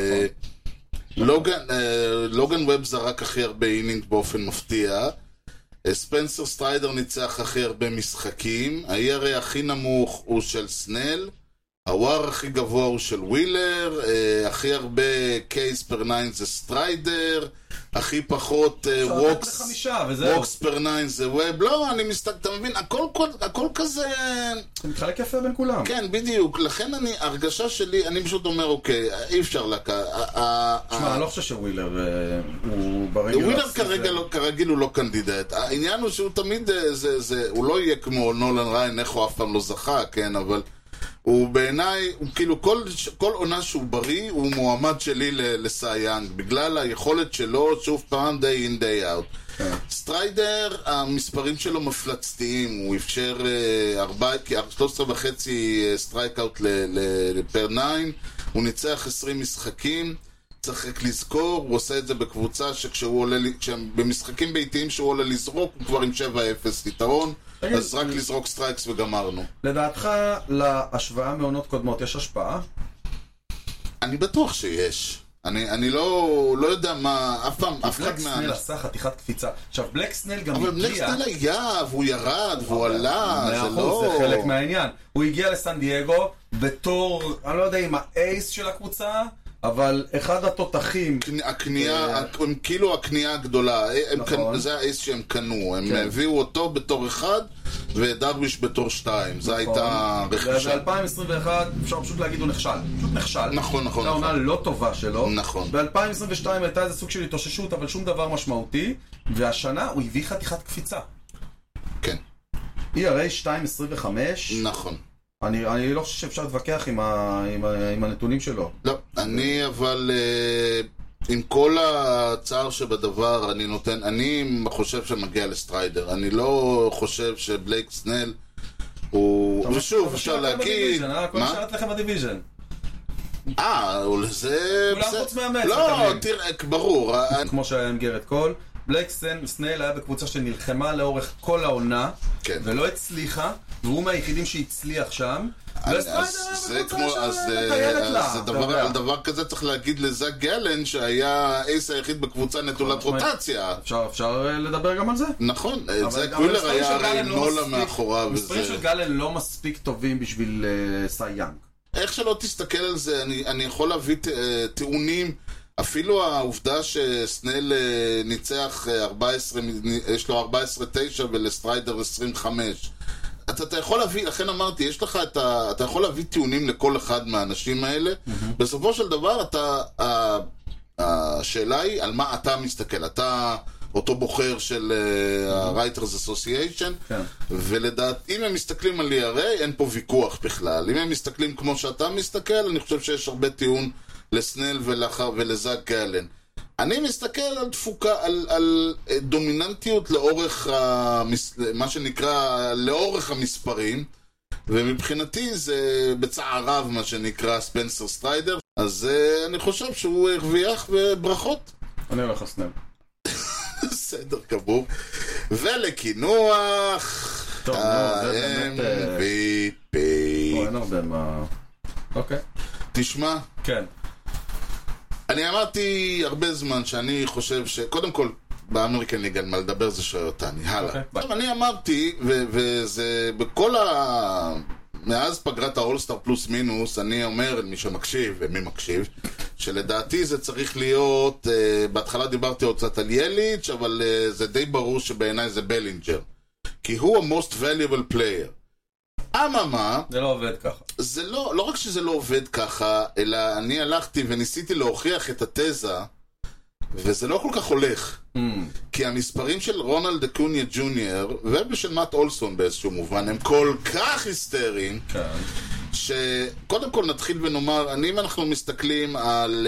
לוגן ווב זרק הכי הרבה אינינג באופן מפתיע. ספנסר סטריידר ניצח הכי הרבה משחקים. ה-ERA הכי נמוך הוא של סנל, הוואר הכי גבוה הוא של ווילר, הכי הרבה קייס פר 9 זה סטריידר, הכי פחות ווקס פר 9 זה ווב. לא, אני אתה מבין, הכל כזה... זה מתחלק יפה בין כולם. כן, בדיוק. לכן הרגשה שלי, אני פשוט אומר, אוקיי, אי אפשר תשמע, אני לא חושב שווילר הוא ברגל... ווילר כרגיל הוא לא קנדידט. העניין הוא שהוא תמיד, הוא לא יהיה כמו נולן ריין, איך הוא אף פעם לא זכה, כן, אבל... הוא בעיניי, הוא כאילו כל עונה שהוא בריא הוא מועמד שלי לסייאנג בגלל היכולת שלו, שוב פעם, day in day out. סטריידר, המספרים שלו מפלצתיים, הוא אפשר 13.5 סטרייקאוט לפר 9, הוא ניצח 20 משחקים. צריך רק לזכור, הוא עושה את זה בקבוצה במשחקים ביתיים שהוא עולה לזרוק, הוא כבר עם 7-0 יתרון, אז רק לזרוק סטרייקס וגמרנו. לדעתך להשוואה מעונות קודמות יש השפעה? אני בטוח שיש. אני לא יודע מה, אף פעם, אף אחד בלק סנל עשה חתיכת קפיצה. עכשיו, בלק סנל גם הגיע... אבל בלק סנל היה, והוא ירד, והוא עלה, זה לא... זה חלק מהעניין. הוא הגיע לסן דייגו בתור, אני לא יודע אם האייס של הקבוצה, אבל אחד התותחים... הקנייה, הם כאילו הקנייה הגדולה, זה האייס שהם קנו, הם הביאו אותו בתור אחד ודרוויש בתור 2, זה הייתה רכישה. ב-2021 אפשר פשוט להגיד הוא נכשל, פשוט נכשל. נכון. זו העונה לא טובה שלו. נכון. ב-2022 הייתה איזה סוג של התאוששות, אבל שום דבר משמעותי, והשנה הוא הביא חתיכת קפיצה. כן. ERA 2.25. נכון. אני לא חושב שאפשר להתווכח עם הנתונים שלו. לא, אבל עם כל הצער שבדבר אני חושב שמגיע לסטריידר. אני לא חושב שבלייק סנל הוא... ושוב, אפשר להגיד... הכל נשארת לכם בדיוויז'ן. זה... כולם חוץ מהמץ. לא, תראה, ברור. כמו שהיה עם גרד קול. בלייק סנל היה בקבוצה שנלחמה לאורך כל העונה, ולא הצליחה, והוא מהיחידים שהצליח שם. אז דבר כזה צריך להגיד לזאק גלן שהיה האייס היחיד בקבוצה נטולת רוטציה. אפשר לדבר גם על זה. נכון, זאק וילר היה הרי נולה מאחוריו. המספרים של גלן לא מספיק טובים בשביל סי יאנג. איך שלא תסתכל על זה, אני יכול להביא טיעונים. אפילו העובדה שסנל ניצח 14, יש לו 14-9 ולסטריידר 25. אתה יכול להביא, לכן אמרתי, אתה יכול להביא טיעונים לכל אחד מהאנשים האלה. בסופו של דבר, השאלה היא על מה אתה מסתכל. אתה אותו בוחר של ה-Writers Association, ולדעת, אם הם מסתכלים על ERA, אין פה ויכוח בכלל. אם הם מסתכלים כמו שאתה מסתכל, אני חושב שיש הרבה טיעון לסנל ולזאק גלן. אני מסתכל על תפוקה, על דומיננטיות לאורך מה שנקרא, לאורך המספרים, ומבחינתי זה בצער רב מה שנקרא ספנסר סטריידר, אז אני חושב שהוא הרוויח בברכות. אני הולך לסנל. בסדר גמור. ולקינוח ה-MVP. אין הרבה מה... אוקיי. תשמע. כן. אני אמרתי הרבה זמן שאני חושב שקודם כל באמריקן ליג מה לדבר זה שואל אותני, הלאה. אני אמרתי, וזה בכל מאז פגרת האולסטאר פלוס מינוס, אני אומר למי שמקשיב ומי מקשיב, שלדעתי זה צריך להיות, בהתחלה דיברתי עוד קצת על יליץ', אבל זה די ברור שבעיניי זה בלינג'ר, כי הוא ה-most valuable player. אממה, זה לא עובד ככה. זה לא רק שזה לא עובד ככה, אלא אני הלכתי וניסיתי להוכיח את התזה, וזה לא כל כך הולך. כי המספרים של רונלד אקוניה ג'וניור, ובשל מאט אולסון באיזשהו מובן, הם כל כך היסטריים, שקודם כל נתחיל ונאמר, אם אנחנו מסתכלים על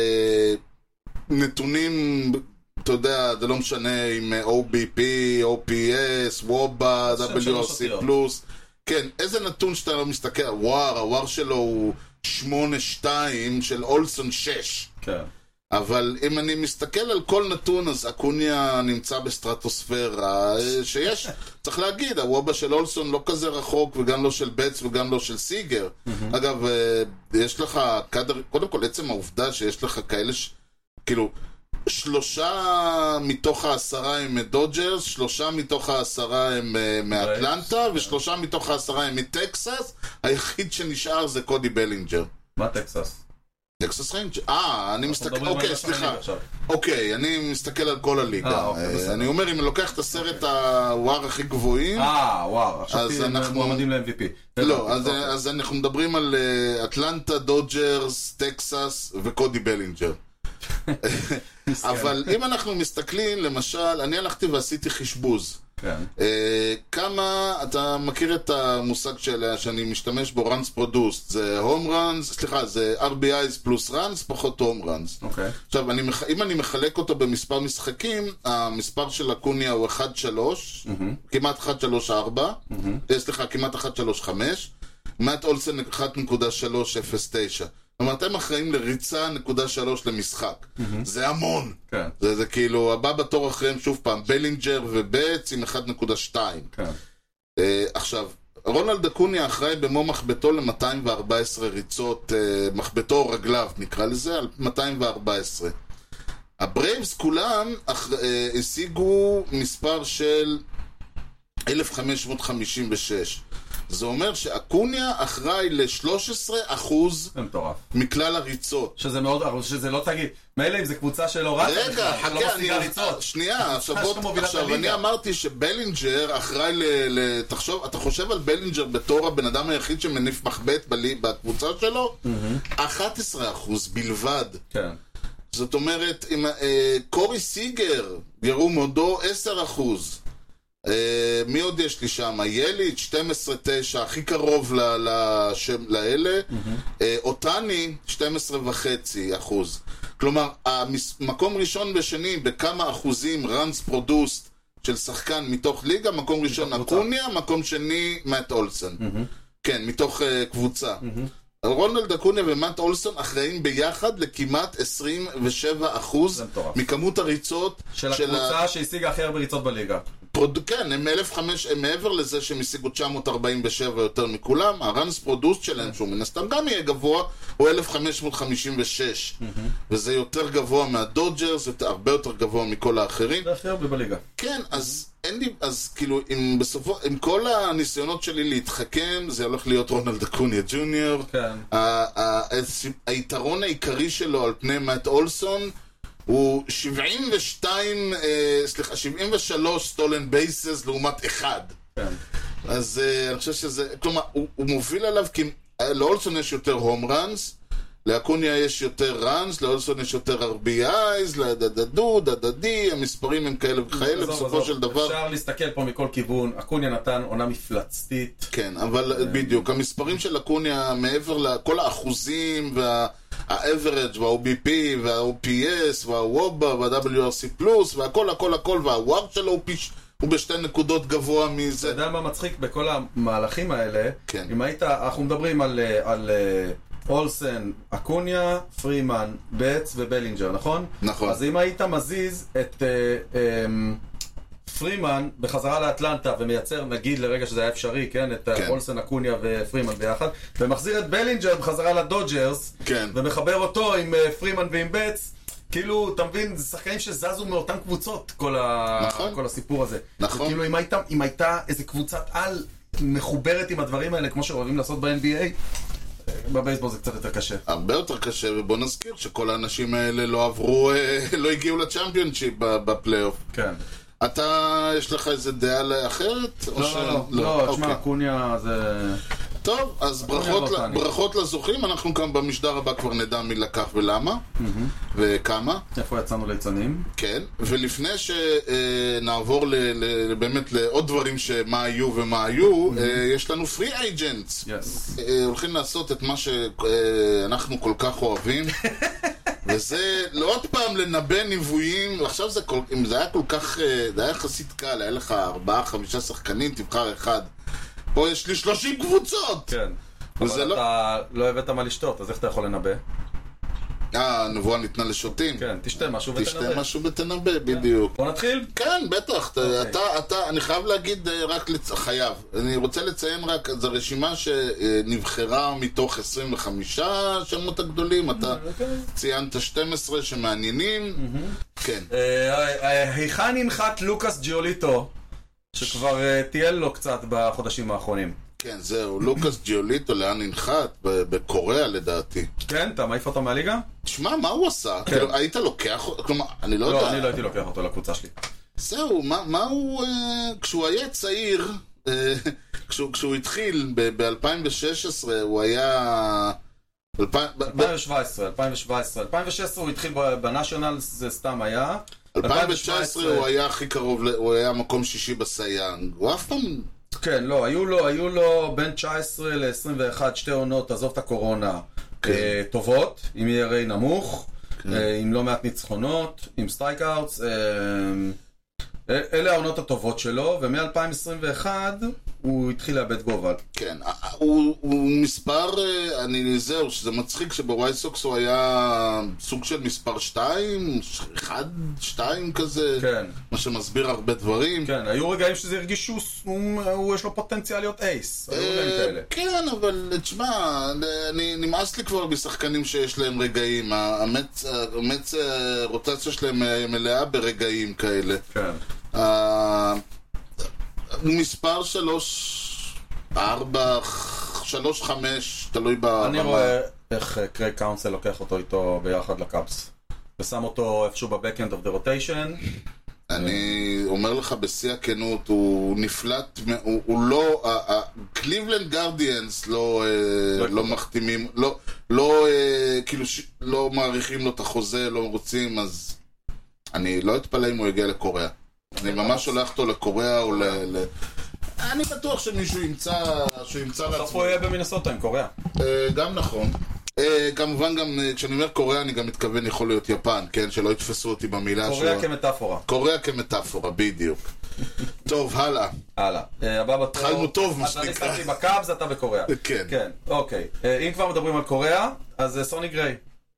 נתונים, אתה יודע, זה לא משנה עם OBP, OPS, WOBA, WRC+, כן, איזה נתון שאתה לא מסתכל, הוואר שלו הוא 8-2 של אולסון 6. כן. אבל אם אני מסתכל על כל נתון, אז אקוניה נמצא בסטרטוספירה, שיש, צריך להגיד, הוובה של אולסון לא כזה רחוק, וגם לא של בטס וגם לא של סיגר. אגב, יש לך, קודם כל, עצם העובדה שיש לך כאלה, כאילו, 3 מתוך 10 הם מדודג'רס, 3 מתוך 10 הם מאטלנטה, ו3 מתוך 10 הם מטקסס, היחיד שנשאר זה קודי בלינג'ר. מה טקסס? טקסס ריינג' אני מסתכל, אוקיי, סליחה. אוקיי, אני מסתכל על כל הליגה. אני אומר, אם אני לוקח את הסרט הוואר הכי גבוהים, וואר, חשבתי מועמדים ל-MVP. לא, אז אנחנו מדברים על אטלנטה, דודג'רס, טקסס וקודי בלינג'ר. אבל אם אנחנו מסתכלים, למשל, אני הלכתי ועשיתי חשבוז. כמה, אתה מכיר את המושג שאני משתמש בו, runs produced, זה home runs, סליחה, זה RBIs פלוס runs פחות home runs. עכשיו, אם אני מחלק אותו במספר משחקים, המספר של אקוניה הוא 1-3, כמעט 1-3-4, סליחה, כמעט 1-3-5, מאט אולסן 1.309. זאת אומרת, הם אחראים לריצה 0.3 למשחק. זה המון. זה כאילו, הבא בתור אחריהם שוב פעם, בלינג'ר ובץ עם 1.2. עכשיו, רונלד אקוניה אחראי במו מחבטו ל-214 ריצות, מחבטו רגליו נקרא לזה, על 214. הברייבס כולם השיגו מספר של 1556. זה אומר שאקוניה אחראי ל-13% מכלל הריצות. שזה מאוד, שזה לא תגיד, מילא אם זה קבוצה שלא רצה, רגע, חכה, שנייה, עכשיו אני אמרתי שבלינג'ר אחראי תחשוב, אתה חושב על בלינג'ר בתור הבן אדם היחיד שמניף מחבט בקבוצה שלו? 11% בלבד. כן. זאת אומרת, קורי סיגר, ירו מודו 10%. מי עוד יש לי שם? יליץ' 12-9, הכי קרוב לאלה. אותני 12.5%. כלומר, מקום ראשון ושני בכמה אחוזים runs produced של שחקן מתוך ליגה, מקום ראשון אקוניה, מקום שני מאט אולסון. כן, מתוך קבוצה. רונלד אקוניה ומאט אולסון אחראים ביחד לכמעט 27% מכמות הריצות של הקבוצה שהשיגה הכי הרבה ריצות בליגה. כן, הם מעבר לזה שהם השיגו 947 יותר מכולם, הראנס פרודוסט שלהם, שהוא מן הסתם גם יהיה גבוה, הוא 1556. וזה יותר גבוה מהדודג'ר, זה הרבה יותר גבוה מכל האחרים. זה הכי הרבה בליגה. כן, אז אין לי, אז כאילו, עם כל הניסיונות שלי להתחכם, זה הולך להיות רונלד אקוניה ג'וניור. כן. היתרון העיקרי שלו על פני מאט אולסון, הוא 73 סטולן בייסס לעומת 1. כן. אז אני חושב שזה, כלומר, הוא מוביל עליו, כי לאולסון יש יותר הום ראנס, לאקוניה יש יותר ראנס, לאולסון יש יותר RBIs, לדדי, המספרים הם כאלה וכאלה, בסופו של דבר. אפשר להסתכל פה מכל כיוון, אקוניה נתן עונה מפלצתית. כן, אבל בדיוק, המספרים של אקוניה מעבר לכל האחוזים וה-average וה-OBP וה-OPS וה-WOBA וה-WRC+, והכל הכל הכל, והווארד שלו הוא בשתי נקודות גבוה מזה. אתה יודע מה מצחיק בכל המהלכים האלה? כן. אם היית, אנחנו מדברים על אולסן, אקוניה, פרימן, בץ ובלינג'ר, נכון? נכון. אז אם היית מזיז את פרימן בחזרה לאטלנטה ומייצר, נגיד לרגע שזה היה אפשרי, כן? את אולסן, אקוניה ופרימן ביחד, ומחזיר את בלינג'ר בחזרה לדודג'רס, כן. ומחבר אותו עם פרימן ועם בץ, כאילו, אתה מבין, זה שחקנים שזזו מאותן קבוצות, נכון. כל הסיפור הזה. נכון. כאילו, אם הייתה איזה קבוצת על מחוברת עם הדברים האלה, כמו שאוהבים לעשות ב-NBA, בבייסבול זה קצת יותר קשה. הרבה יותר קשה, ובוא נזכיר שכל האנשים האלה לא עברו, לא הגיעו לצ'אמפיונשיפ בפלייאוף. כן. אתה, יש לך איזה דעה אחרת? לא, תשמע, אקוניה זה... טוב, אז ברכות לזוכים, אנחנו כאן במשדר הבא כבר נדע מי לקח ולמה, וכמה. איפה יצאנו ליצנים? כן, ולפני שנעבור באמת לעוד דברים שמה היו ומה היו, יש לנו פרי אייג'נטס. הולכים לעשות את מה שאנחנו כל כך אוהבים, וזה לא עוד פעם לנבא ניבויים. עכשיו אם זה היה כל כך, זה היה יחסית קל, היה לך 4-5 שחקנים, תבחר אחד. פה יש לי 30 קבוצות! כן, אבל אתה לא הבאת מה לשתות, אז איך אתה יכול לנבא? הנבואה ניתנה לשוטים. כן, תשתה משהו ותנבא. תשתה משהו ותנבא, בדיוק. בוא נתחיל? כן, בטח. אני חייב להגיד רק, חייב. אני רוצה לציין רק, זו רשימה שנבחרה מתוך 25 שמות הגדולים. אתה ציינת 12 שמעניינים. כן. היכן ינחת לוקאס ג'יוליטו, שכבר טייל לו קצת בחודשים האחרונים? כן, זהו, לוקאס ג'יוליטו, לאן ננחת? בקוריאה לדעתי. כן, אתה מעיף אותו מהליגה? תשמע, מה הוא עשה? היית לוקח, כלומר, אני לא יודע. לא, אני לא הייתי לוקח אותו לקבוצה שלי. זהו, מה הוא, כשהוא היה צעיר, כשהוא התחיל ב-2016, הוא היה... 2017, 2016 הוא התחיל בנאשונל, זה סתם היה. 2019 הוא היה הכי קרוב, הוא היה מקום שישי בסייאנג. הוא אף פעם... כן, לא, היו לו בין 19 ל-21 שתי עונות, עזוב את הקורונה, טובות, עם ERA נמוך, עם לא מעט ניצחונות, עם סטרייקאוטס, אלה העונות הטובות שלו, ומ-2021 הוא התחיל לאבד גובה. כן, הוא מספר, זהו, שזה מצחיק שבווייט סוקס הוא היה סוג של מספר 2, 1, 2 כזה, כן. מה שמסביר הרבה דברים. כן, היו רגעים שזה הרגיש יש לו פוטנציאל להיות אייס, היו רגעים כאלה. כן, אבל תשמע, נמאס לי כבר בשחקנים שיש להם רגעים, המץ רוטציה שלהם מלאה ברגעים כאלה. כן. מספר 3 4, 3, 5, תלוי ברמה. אני רואה איך קרייג קאונסל לוקח אותו איתו ביחד לקאפס. ושם אותו איפשהו בבקאנד אוף דה רוטיישן. אני אומר לך בשיא הכנות, הוא נפלט, הוא לא, קליבלנד גארדיאנס לא מחתימים, כאילו לא מעריכים לו את החוזה, לא רוצים, אז אני לא אתפלא אם הוא יגיע לקוריאה. אני ממש הולך אותו לקוריאה או אני בטוח שמישהו ימצא לעצמו. בסוף הוא יהיה במינסוטה עם קוריאה. גם נכון. כמובן גם כשאני אומר קוריאה אני גם מתכוון יכול להיות יפן, כן? שלא יתפסו אותי במילה קוריאה כמטאפורה. קוריאה כמטאפורה, בדיוק. טוב, הלאה. הבא בתור. התחלנו טוב, מה שנקרא. אתה נסתתי בקאבס, אתה בקוריאה. כן. אוקיי. אם כבר מדברים על קוריאה, אז סוני גריי.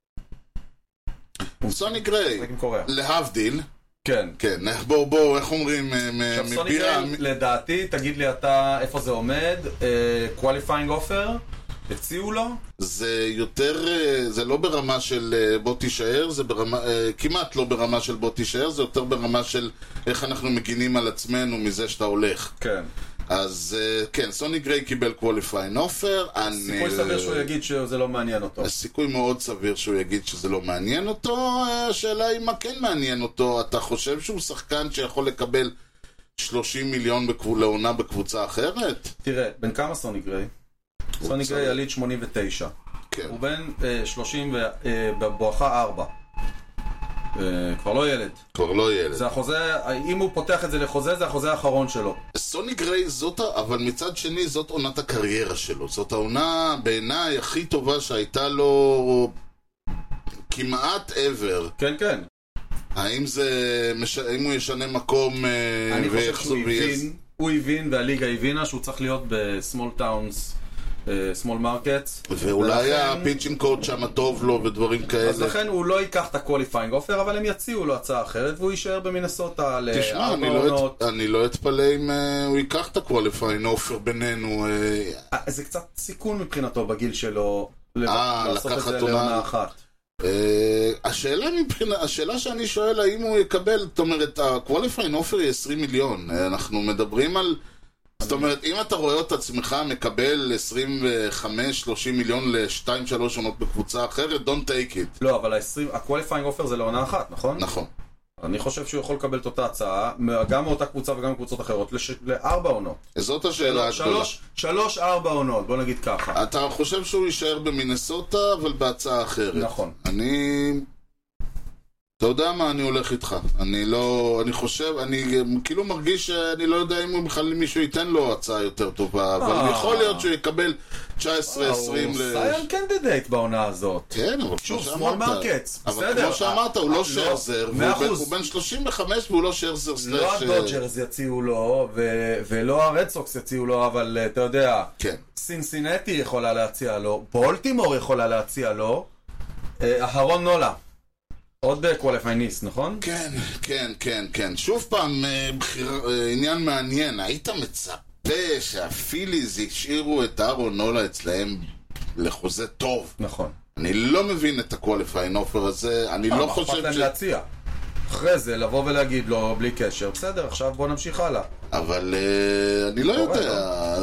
סוני גריי. להבדיל. כן. כן, בואו, איך אומרים? סוני גריי, לדעתי, תגיד לי אתה איפה זה עומד, qualifying offer, הציעו לו? זה יותר, זה לא ברמה של בוא תישאר, זה ברמה, כמעט לא ברמה של בוא תישאר, זה יותר ברמה של איך אנחנו מגינים על עצמנו מזה שאתה הולך. כן. אז כן, סוני גריי קיבל qualifying offer. סיכוי סביר שהוא יגיד שזה לא מעניין אותו. סיכוי מאוד סביר שהוא יגיד שזה לא מעניין אותו. השאלה היא מה כן מעניין אותו. אתה חושב שהוא שחקן שיכול לקבל 30 מיליון לעונה בקבוצה אחרת? תראה, בין כמה סוני גריי? סוני גריי יליד 89. כן. הוא בין 30 ובואכה 4. כבר לא ילד. כבר לא ילד. זה החוזה, אם הוא פותח את זה לחוזה, זה החוזה האחרון שלו. סוני גריי זאת, אבל מצד שני זאת עונת הקריירה שלו. זאת העונה בעיניי הכי טובה שהייתה לו כמעט ever. כן, כן. האם הוא ישנה מקום אני חושב שהוא הבין והליגה הבינה שהוא צריך להיות בסמול טאונס, small markets, ואולי הפיצ'ינג קוד שם טוב לו ודברים כאלה. אז לכן הוא לא ייקח את ה-qualifying offer, אבל הם יציעו לו הצעה אחרת והוא יישאר במינסוטה תשמע, אני לא אתפלא אם הוא ייקח את ה-qualifying offer בינינו. זה קצת סיכון מבחינתו בגיל שלו לעשות את זה לעונה אחת. השאלה שאני שואל האם הוא יקבל, זאת אומרת, ה-qualifying offer היא 20 מיליון. אנחנו מדברים על, זאת אומרת, אם אתה רואה את עצמך מקבל 25-30 מיליון ל-2-3 עונות בקבוצה אחרת, don't take it. לא, אבל ה-qualifying offer זה לעונה אחת, נכון? נכון. אני חושב שהוא יכול לקבל את אותה הצעה, גם מאותה קבוצה וגם מקבוצות אחרות, ל4 עונות. זאת השאלה הגדולה. 3-4 עונות, בוא נגיד ככה. אתה חושב שהוא יישאר במינסוטה, אבל בהצעה אחרת. נכון. אתה יודע מה, אני הולך איתך. אני חושב, אני כאילו מרגיש שאני לא יודע אם הוא בכלל מישהו ייתן לו הצעה יותר טובה, אבל יכול להיות שהוא יקבל 19-20 הוא סיין קנדידייט בעונה הזאת. כן, אבל שוב, small markets, אבל כמו שאמרת, הוא לא שרזר, הוא בן 35 והוא לא שרזר סלש. לא הדודג'רס יציעו לו, ולא הרד סוקס יציעו לו, אבל אתה יודע, סינסינטי יכולה להציע לו, בולטימור יכולה להציע לו, אהרון נולה. עוד קואליפייניסט, נכון? כן. שוב פעם, עניין מעניין. היית מצפה שהפיליז השאירו את אהרון נולה אצלהם לחוזה טוב. נכון. אני לא מבין את הקואליפיין אופר הזה. אני לא חושב אכפת להם להציע. אחרי זה, לבוא ולהגיד לו, בלי קשר. בסדר, עכשיו בוא נמשיך הלאה. אבל אני לא יודע.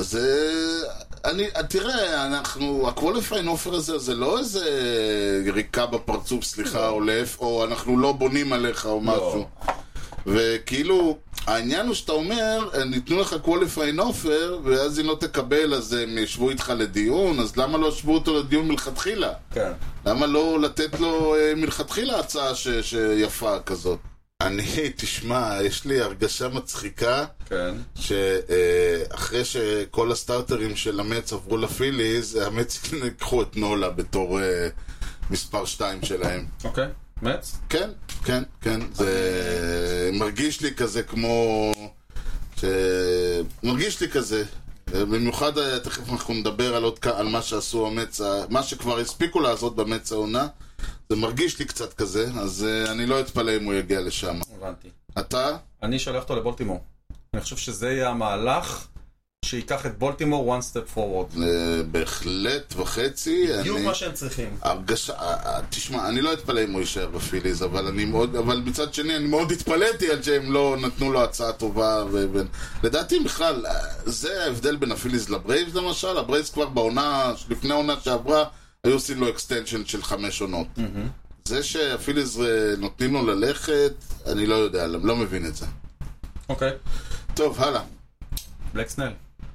תראה, הקווליפיין אופר הזה זה לא איזה יריקה בפרצוף, סליחה, או אנחנו לא בונים עליך או משהו. וכאילו, העניין הוא שאתה אומר, ניתנו לך קווליפיין אופר, ואז אם לא תקבל, אז הם ישבו איתך לדיון, אז למה לא ישבו אותו לדיון מלכתחילה? כן. למה לא לתת לו מלכתחילה הצעה שיפה כזאת? תשמע, יש לי הרגשה מצחיקה, כן. שאחרי שכל הסטארטרים של המץ עברו לפיליז, המץ לקחו את נולה בתור מספר 2 שלהם. אוקיי, מצ? כן. זה מרגיש לי כזה כמו... מרגיש לי כזה. במיוחד, תכף אנחנו נדבר על מה שעשו המץ, מה שכבר הספיקו לעשות במץ העונה. זה מרגיש לי קצת כזה, אז אני לא אתפלא אם הוא יגיע לשם. הבנתי. אתה? אני שלח אותו לבולטימור. אני חושב שזה יהיה המהלך שיקח את בולטימור one step forward. בהחלט וחצי. בדיוק מה שהם צריכים. תשמע, אני לא אתפלא אם הוא יישאר בפיליז, אבל מצד שני אני מאוד התפלאתי על שהם לא נתנו לו הצעה טובה. לדעתי בכלל, זה ההבדל בין הפיליז לברייבס למשל. הברייבס כבר בעונה, לפני העונה שעברה, היו עושים לו אקסטנשן של 5 עונות. זה שהפיליז נותנים לו ללכת, אני לא יודע, לא מבין את זה. אוקיי. טוב, הלאה. בלק סנל.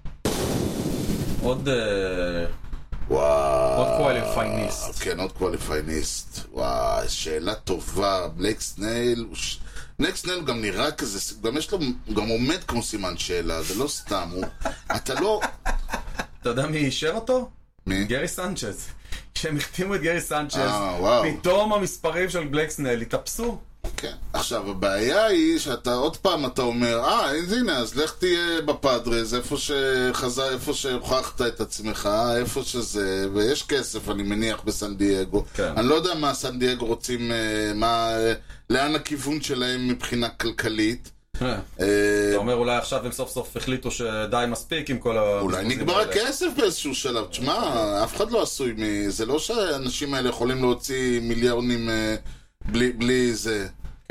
עוד וואו. קואליפייניסט. כן, עוד קואליפייניסט. וואו, שאלה טובה. בלק סנל, בלק סנל גם נראה כזה, גם יש לו, גם עומד כמו סימן שאלה, זה לא סתם, אתה לא... אתה יודע מי אישר אותו? מי? גרי סנצ'ז. כשהם החתימו את גרי סנצ'ז, פתאום המספרים של בלק סנל התאפסו. כן. עכשיו, הבעיה היא שאתה עוד פעם אתה אומר, הנה, אז לך תהיה בפאדרז, איפה שהוכחת את עצמך, איפה שזה, ויש כסף, אני מניח, בסן דייגו. כן. אני לא יודע מה סן דייגו רוצים, לאן הכיוון שלהם מבחינה כלכלית. אתה אומר אולי עכשיו הם סוף סוף החליטו שדי מספיק עם כל אולי נגמר הכסף באיזשהו שלב. תשמע, אף אחד לא עשוי זה לא שהאנשים האלה יכולים להוציא מיליונים בלי זה.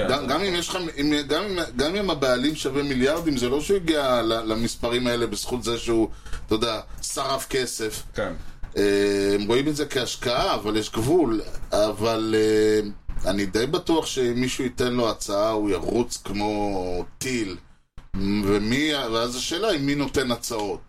גם אם הבעלים שווה מיליארדים, זה לא שהוא הגיע למספרים האלה בזכות זה שהוא, אתה יודע, שרף כסף. כן. הם רואים את זה כהשקעה, אבל יש גבול. אבל אני די בטוח שאם מישהו ייתן לו הצעה, הוא ירוץ כמו טיל. ואז השאלה היא מי נותן הצעות.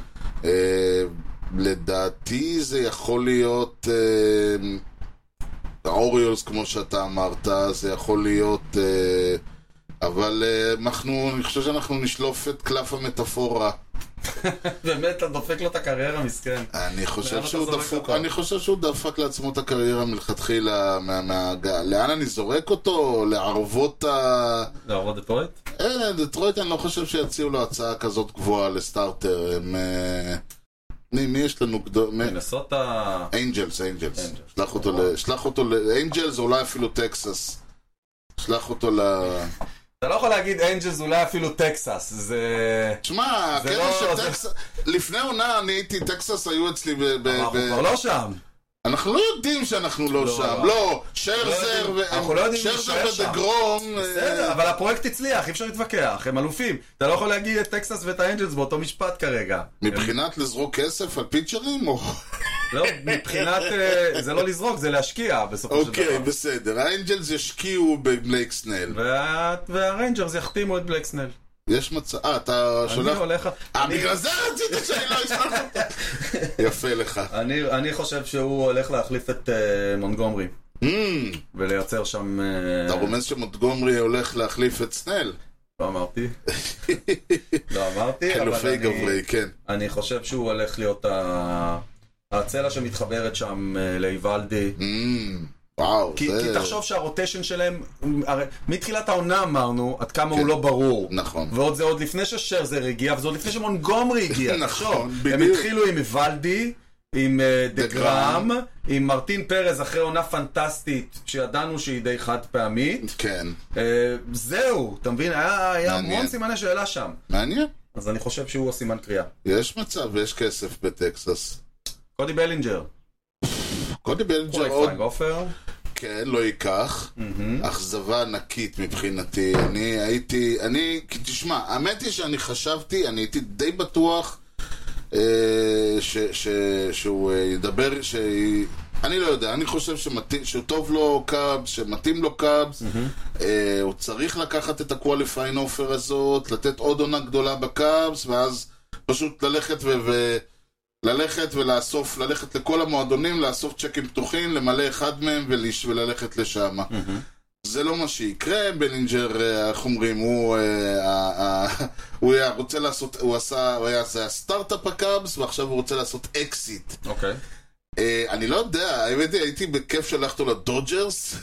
לדעתי זה יכול להיות האוריולס, כמו שאתה אמרת, זה יכול להיות, אבל אני חושב שאנחנו נשלוף את קלף המטאפורה. באמת, אתה דופק לו את הקריירה, מסכן. אני חושב שהוא דפק לעצמו את הקריירה מלכתחילה. לאן אני זורק אותו? לערבות דטרויט? דטרויט, אני לא חושב שיציעו לו הצעה כזאת גבוהה לסטארטר. מי יש לנו גדול? מנסוטה... אנג'לס. שלח אותו לאנג'לס, אולי אפילו טקסס. שלח אותו אתה לא יכול להגיד אנג'לס, אולי אפילו טקסס. תשמע, לפני עונה אני הייתי, טקסס היו אצלי אנחנו כבר לא שם. אנחנו לא יודעים שאנחנו לא שם. לא, שרזר ודגרום. בסדר, אבל הפרויקט הצליח, אי אפשר להתווכח, הם אלופים. אתה לא יכול להגיד את טקסס ואת האנג'לס באותו משפט כרגע. מבחינת לזרוק כסף על פיצ'רים או... לא, מבחינת, זה לא לזרוק, זה להשקיע בסופו של דבר. אוקיי, בסדר, האנג'לס ישקיעו בבלייק סנל. והריינג'רס יחתימו את בלייק סנל. יש מצב, אתה שולח... אני הולך... בגלל זה רצית שאני לא אשלח אותה. יפה לך. אני חושב שהוא הולך להחליף את מונטגומרי. ולייצר שם... אתה רומז שמונטגומרי הולך להחליף את סנל? לא אמרתי. חילופי גברי, כן. אני חושב שהוא הולך להיות הצלע שמתחברת שם לאיוולדי. וואו, כי תחשוב שהרוטיישן שלהם, מתחילת העונה אמרנו, עד כמה הוא לא ברור. נכון. ועוד זה עוד לפני ששרזר הגיע, וזה עוד לפני שמונגומרי הגיע. נכון, בדיוק. הם התחילו עם איוולדי, עם דגרם, עם מרטין פרז אחרי עונה פנטסטית, שידענו שהיא די חד פעמית. כן. זהו, אתה מבין? היה המון סימני שאלה שם. מעניין. אז אני חושב שהוא הסימן קריאה. יש מצב ויש כסף בטקסס. קודי בלינג'ר. קודי בלינג'ר עוד... כן, לא ייקח. אכזבה ענקית מבחינתי. תשמע, האמת היא שאני חשבתי, אני הייתי די בטוח שהוא ידבר, אני לא יודע, אני חושב שטוב לו קאבס, שמתאים לו קאבס, הוא צריך לקחת את הקואליפיין אופר הזאת, לתת עוד עונה גדולה בקאבס, ואז פשוט ללכת ולאסוף, ללכת לכל המועדונים, לאסוף צ'קים פתוחים, למלא אחד מהם וללכת לשם. זה לא מה שיקרה. בלינג'ר, איך אומרים, הוא רוצה לעשות, הוא היה סטארט-אפ הקאבס, ועכשיו הוא רוצה לעשות אקסיט. אוקיי. אני לא יודע, הייתי בכיף שלחתו לדודג'רס.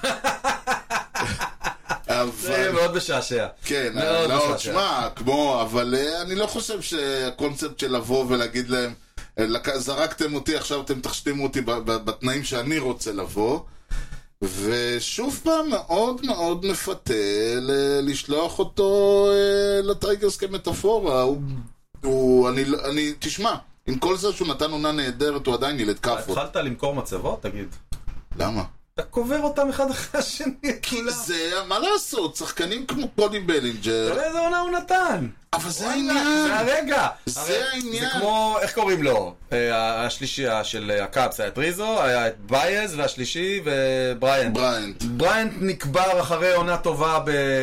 זה מאוד משעשע. כן, לא, תשמע, אבל אני לא חושב שהקונספט של לבוא ולהגיד להם, זרקתם אותי, עכשיו אתם תחשתימו אותי בתנאים שאני רוצה לבוא. ושוב פעם מאוד מאוד מפתה לשלוח אותו לטייגרס כמטאפורה. תשמע, עם כל זה שהוא נתן עונה נהדרת, הוא עדיין ילד כפות. התחלת למכור מצבות? תגיד. למה? אתה קובר אותם אחד אחרי השני. כי זה, מה לעשות? שחקנים כמו קודי בלינג'ר. תראה איזה עונה הוא נתן. אבל זה העניין. זה הרגע. זה העניין. זה כמו, איך קוראים לו? השלישי של הקאפס היה את ריזו, היה את בייז, והשלישי ובריינט. בריינט נקבר אחרי עונה טובה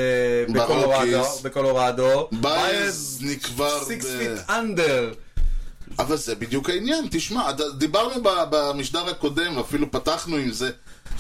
בקולורדו. בייז נקבר 6 feet under. אבל זה בדיוק העניין. תשמע, דיברנו במשדר הקודם, אפילו פתחנו עם זה,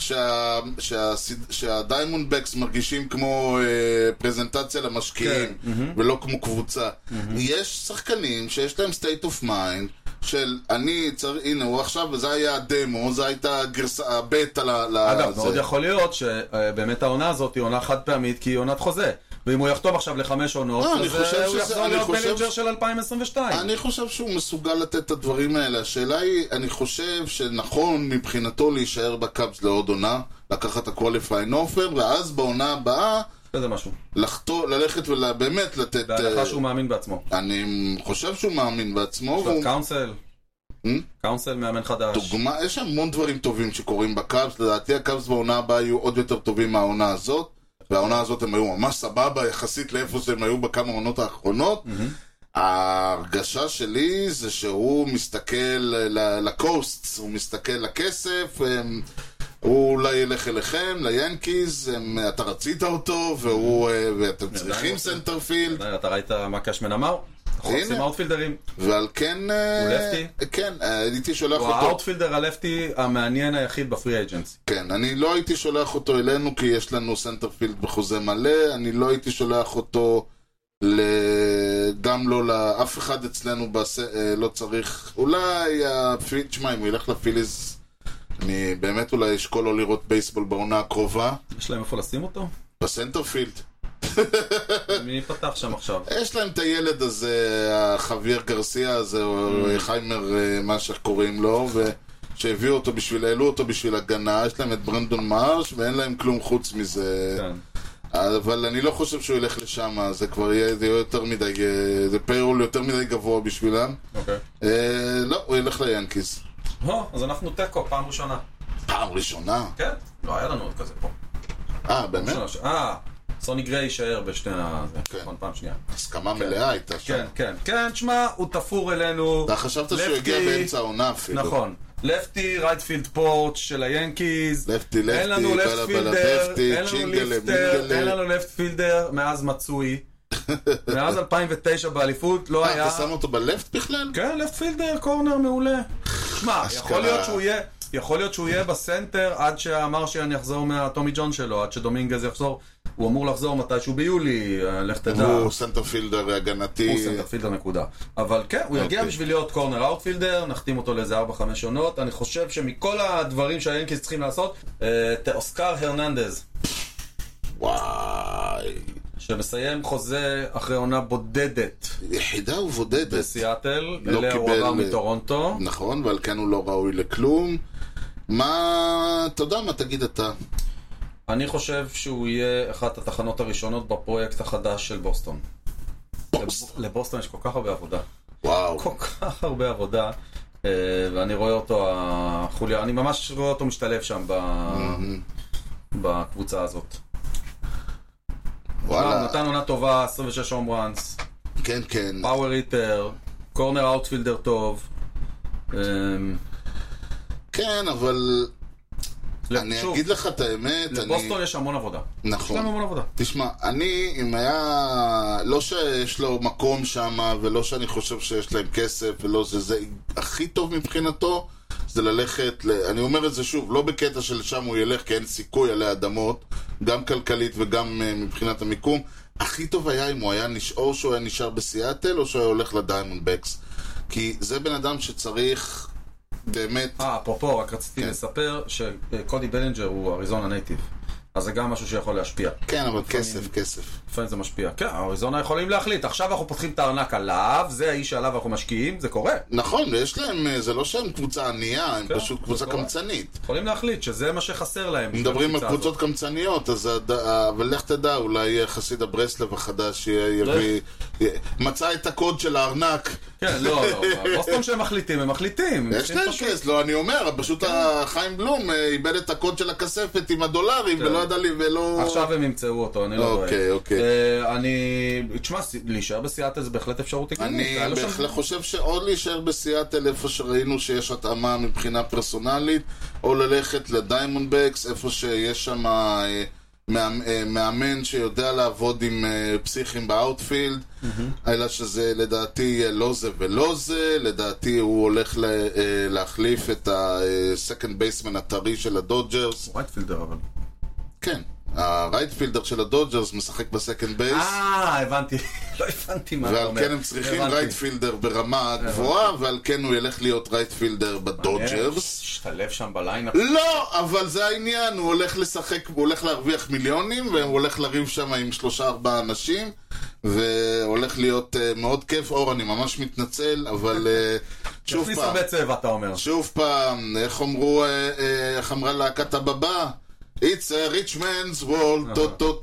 שהדיימונדבקס מרגישים כמו פרזנטציה למשקיעים, ולא כמו קבוצה. יש שחקנים שיש להם state of mind, של הנה הוא עכשיו, וזה היה הדמו, זה הייתה הבטא אגב, מאוד יכול להיות שבאמת העונה הזאת היא עונה חד פעמית, כי היא עונת חוזה. ואם הוא יחתום עכשיו ל5 עונות, אז הוא יחזור להיות בלינג'ר של 2022. אני חושב שהוא מסוגל לתת את הדברים האלה. השאלה היא, אני חושב שנכון מבחינתו להישאר בקאבס לעוד עונה, לקחת הקווליפיין אופר, ואז בעונה הבאה זה משהו. ללכת ובאמת לתת... בהלכה שהוא מאמין בעצמו. אני חושב שהוא מאמין בעצמו. קאונסל מאמן חדש. דוגמה, יש המון דברים טובים שקורים בקאבס. לדעתי הקאבס בעונה הבאה יהיו עוד יותר טובים מהעונה הזאת. והעונה הזאת הם היו ממש סבבה יחסית לאיפה שהם היו בכמה עונות האחרונות. ההרגשה שלי זה שהוא מסתכל לקוסט, הוא מסתכל לכסף, הוא אולי ילך אליכם, ליאנקיז, אתה רצית אותו, ואתם צריכים סנטרפילד. אתה ראית מה קשמן אמר? חוצים אאוטפילדרים. ועל כן... הוא לפטי? כן, הייתי שולח אותו... הוא האאוטפילדר הלפטי המעניין היחיד בפרי אג'נס. כן, אני לא הייתי שולח אותו אלינו, כי יש לנו סנטרפילד בחוזה מלא, אני לא הייתי שולח אותו גם לא לאף אחד אצלנו, לא צריך... אולי... תשמע, אם הוא ילך לפיליז, אני באמת אולי אשקול לא לראות בייסבול בעונה הקרובה. יש להם איפה לשים אותו? בסנטרפילד. מי פתח שם עכשיו? יש להם את הילד הזה, החביר גרסיה הזה, או חיימר, מה שקוראים לו, שהביאו אותו העלו אותו בשביל הגנה, יש להם את ברנדון מרש, ואין להם כלום חוץ מזה. אבל אני לא חושב שהוא ילך לשם, זה כבר יהיה יותר מדי, זה פיירול יותר מדי גבוה בשבילם. לא, הוא ילך ליאנקיז. אז אנחנו טקו, פעם ראשונה. פעם ראשונה? כן, לא היה לנו עוד כזה פה. באמת? סוני גריי יישאר בשתי פעם שנייה. הסכמה מלאה הייתה שם. כן, תשמע, הוא תפור אלינו. אתה חשבת שהוא הגיע באמצע העונה אפילו. נכון. לפטי, רייטפילד פורט של היאנקיז. לפטי, אין לנו לפט פילדר, אין לנו לפט פילדר מאז מצוי. מאז 2009 באליפות לא היה... אתה שם אותו בלפט בכלל? כן, לפט פילדר, קורנר מעולה. שמע, יכול להיות שהוא יהיה בסנטר עד שהמרשיאן יחזור מהטומי ג'ון שלו, עד שדומינגז יחזור. הוא אמור לחזור מתישהו ביולי, לך תדע. הוא סנטרפילדר הגנתי. הוא סנטרפילדר נקודה. אבל כן, הוא יגיע בשביל להיות קורנר אאוטפילדר, נחתים אותו לאיזה 4-5 עונות. אני חושב שמכל הדברים שהיאנקיז צריכים לעשות, אוסקר הרננדז. וואי. שמסיים חוזה אחרי עונה בודדת. יחידה ובודדת. בסיאטל, אליה הוא עבר מטורונטו. נכון, ועל כן הוא לא ראוי לכלום. אתה יודע מה תגיד אתה? אני חושב שהוא יהיה אחת התחנות הראשונות בפרויקט החדש של בוסטון. לבוסטון יש כל כך הרבה עבודה. וואו. כל כך הרבה עבודה. ואני רואה אותו, אני ממש רואה אותו משתלב שם בקבוצה הזאת. וואלה. הוא נתן עונה טובה, 26 הום ראנס. כן, כן. פאוור היטר, קורנר אאוטפילדר טוב. כן, אבל... אני אגיד לך את האמת, לבוסטון יש המון עבודה. נכון. יש להם המון עבודה. תשמע, אם היה... לא שיש לו מקום שם, ולא שאני חושב שיש להם כסף, ולא זה הכי טוב מבחינתו, זה ללכת, אני אומר את זה שוב, לא בקטע של שם הוא ילך, כי אין סיכוי עלי אדמות, גם כלכלית וגם מבחינת המיקום. הכי טוב היה אם הוא היה או שהוא היה נשאר בסיאטל, או שהוא היה הולך לדיימונדבקס. כי זה בן אדם שצריך... באמת. אפרופו, רק רציתי לספר שקודי בלינג'ר הוא אריזונה נייטיב. אז זה גם משהו שיכול להשפיע. כן, אבל כסף. לפעמים זה משפיע. כן, אריזונה יכולים להחליט. עכשיו אנחנו פותחים את הארנק עליו, זה האיש שעליו אנחנו משקיעים, זה קורה. נכון, ויש להם, זה לא שהם קבוצה ענייה, הם פשוט קבוצה קמצנית. יכולים להחליט שזה מה שחסר להם. מדברים על קבוצות קמצניות, אבל לך תדע, אולי חסיד הברסלב החדש יביא, מצא את הקוד של הארנק. כן, לא, לא סתם שהם מחליטים, הם מחליטים. יש להם כס, לא, אני אומר, פשוט החיים בלום איבד את הקוד של הכספת עם הדולרים, ולא ידע לי, ולא... עכשיו הם ימצאו אותו, אני לא רואה. אוקיי. תשמע, להישאר בסיאטל זה בהחלט אפשרות אני בהחלט חושב שעוד להישאר בסיאטל איפה שראינו שיש התאמה מבחינה פרסונלית, או ללכת לדיימונדבקס, איפה שיש שם מאמן שיודע לעבוד עם פסיכים באוטפילד, אלא שזה לדעתי לא זה ולא זה, לדעתי הוא הולך להחליף את הסקנד בייסמן הטרי של הדודג'רס. רייטפילדר אבל. כן. הרייטפילדר של הדודג'רס משחק בסקנד בייס. הבנתי. לא הבנתי מה אתה אומר. ועל כן הם צריכים רייטפילדר ברמה גבוהה, ועל כן הוא ילך להיות רייטפילדר בדודג'רס. השתלב שם בליינאפ. לא, אבל זה העניין. הוא הולך לשחק, הוא הולך להרוויח מיליונים, והוא הולך לריב שם עם 3-4 אנשים, והולך להיות מאוד כיף. אור, אני ממש מתנצל, אבל שוב פעם. תכניס הרבה צבע, אתה אומר. שוב פעם, איך אמרו, איך אמרה להקת הבבא? It's a rich man's world.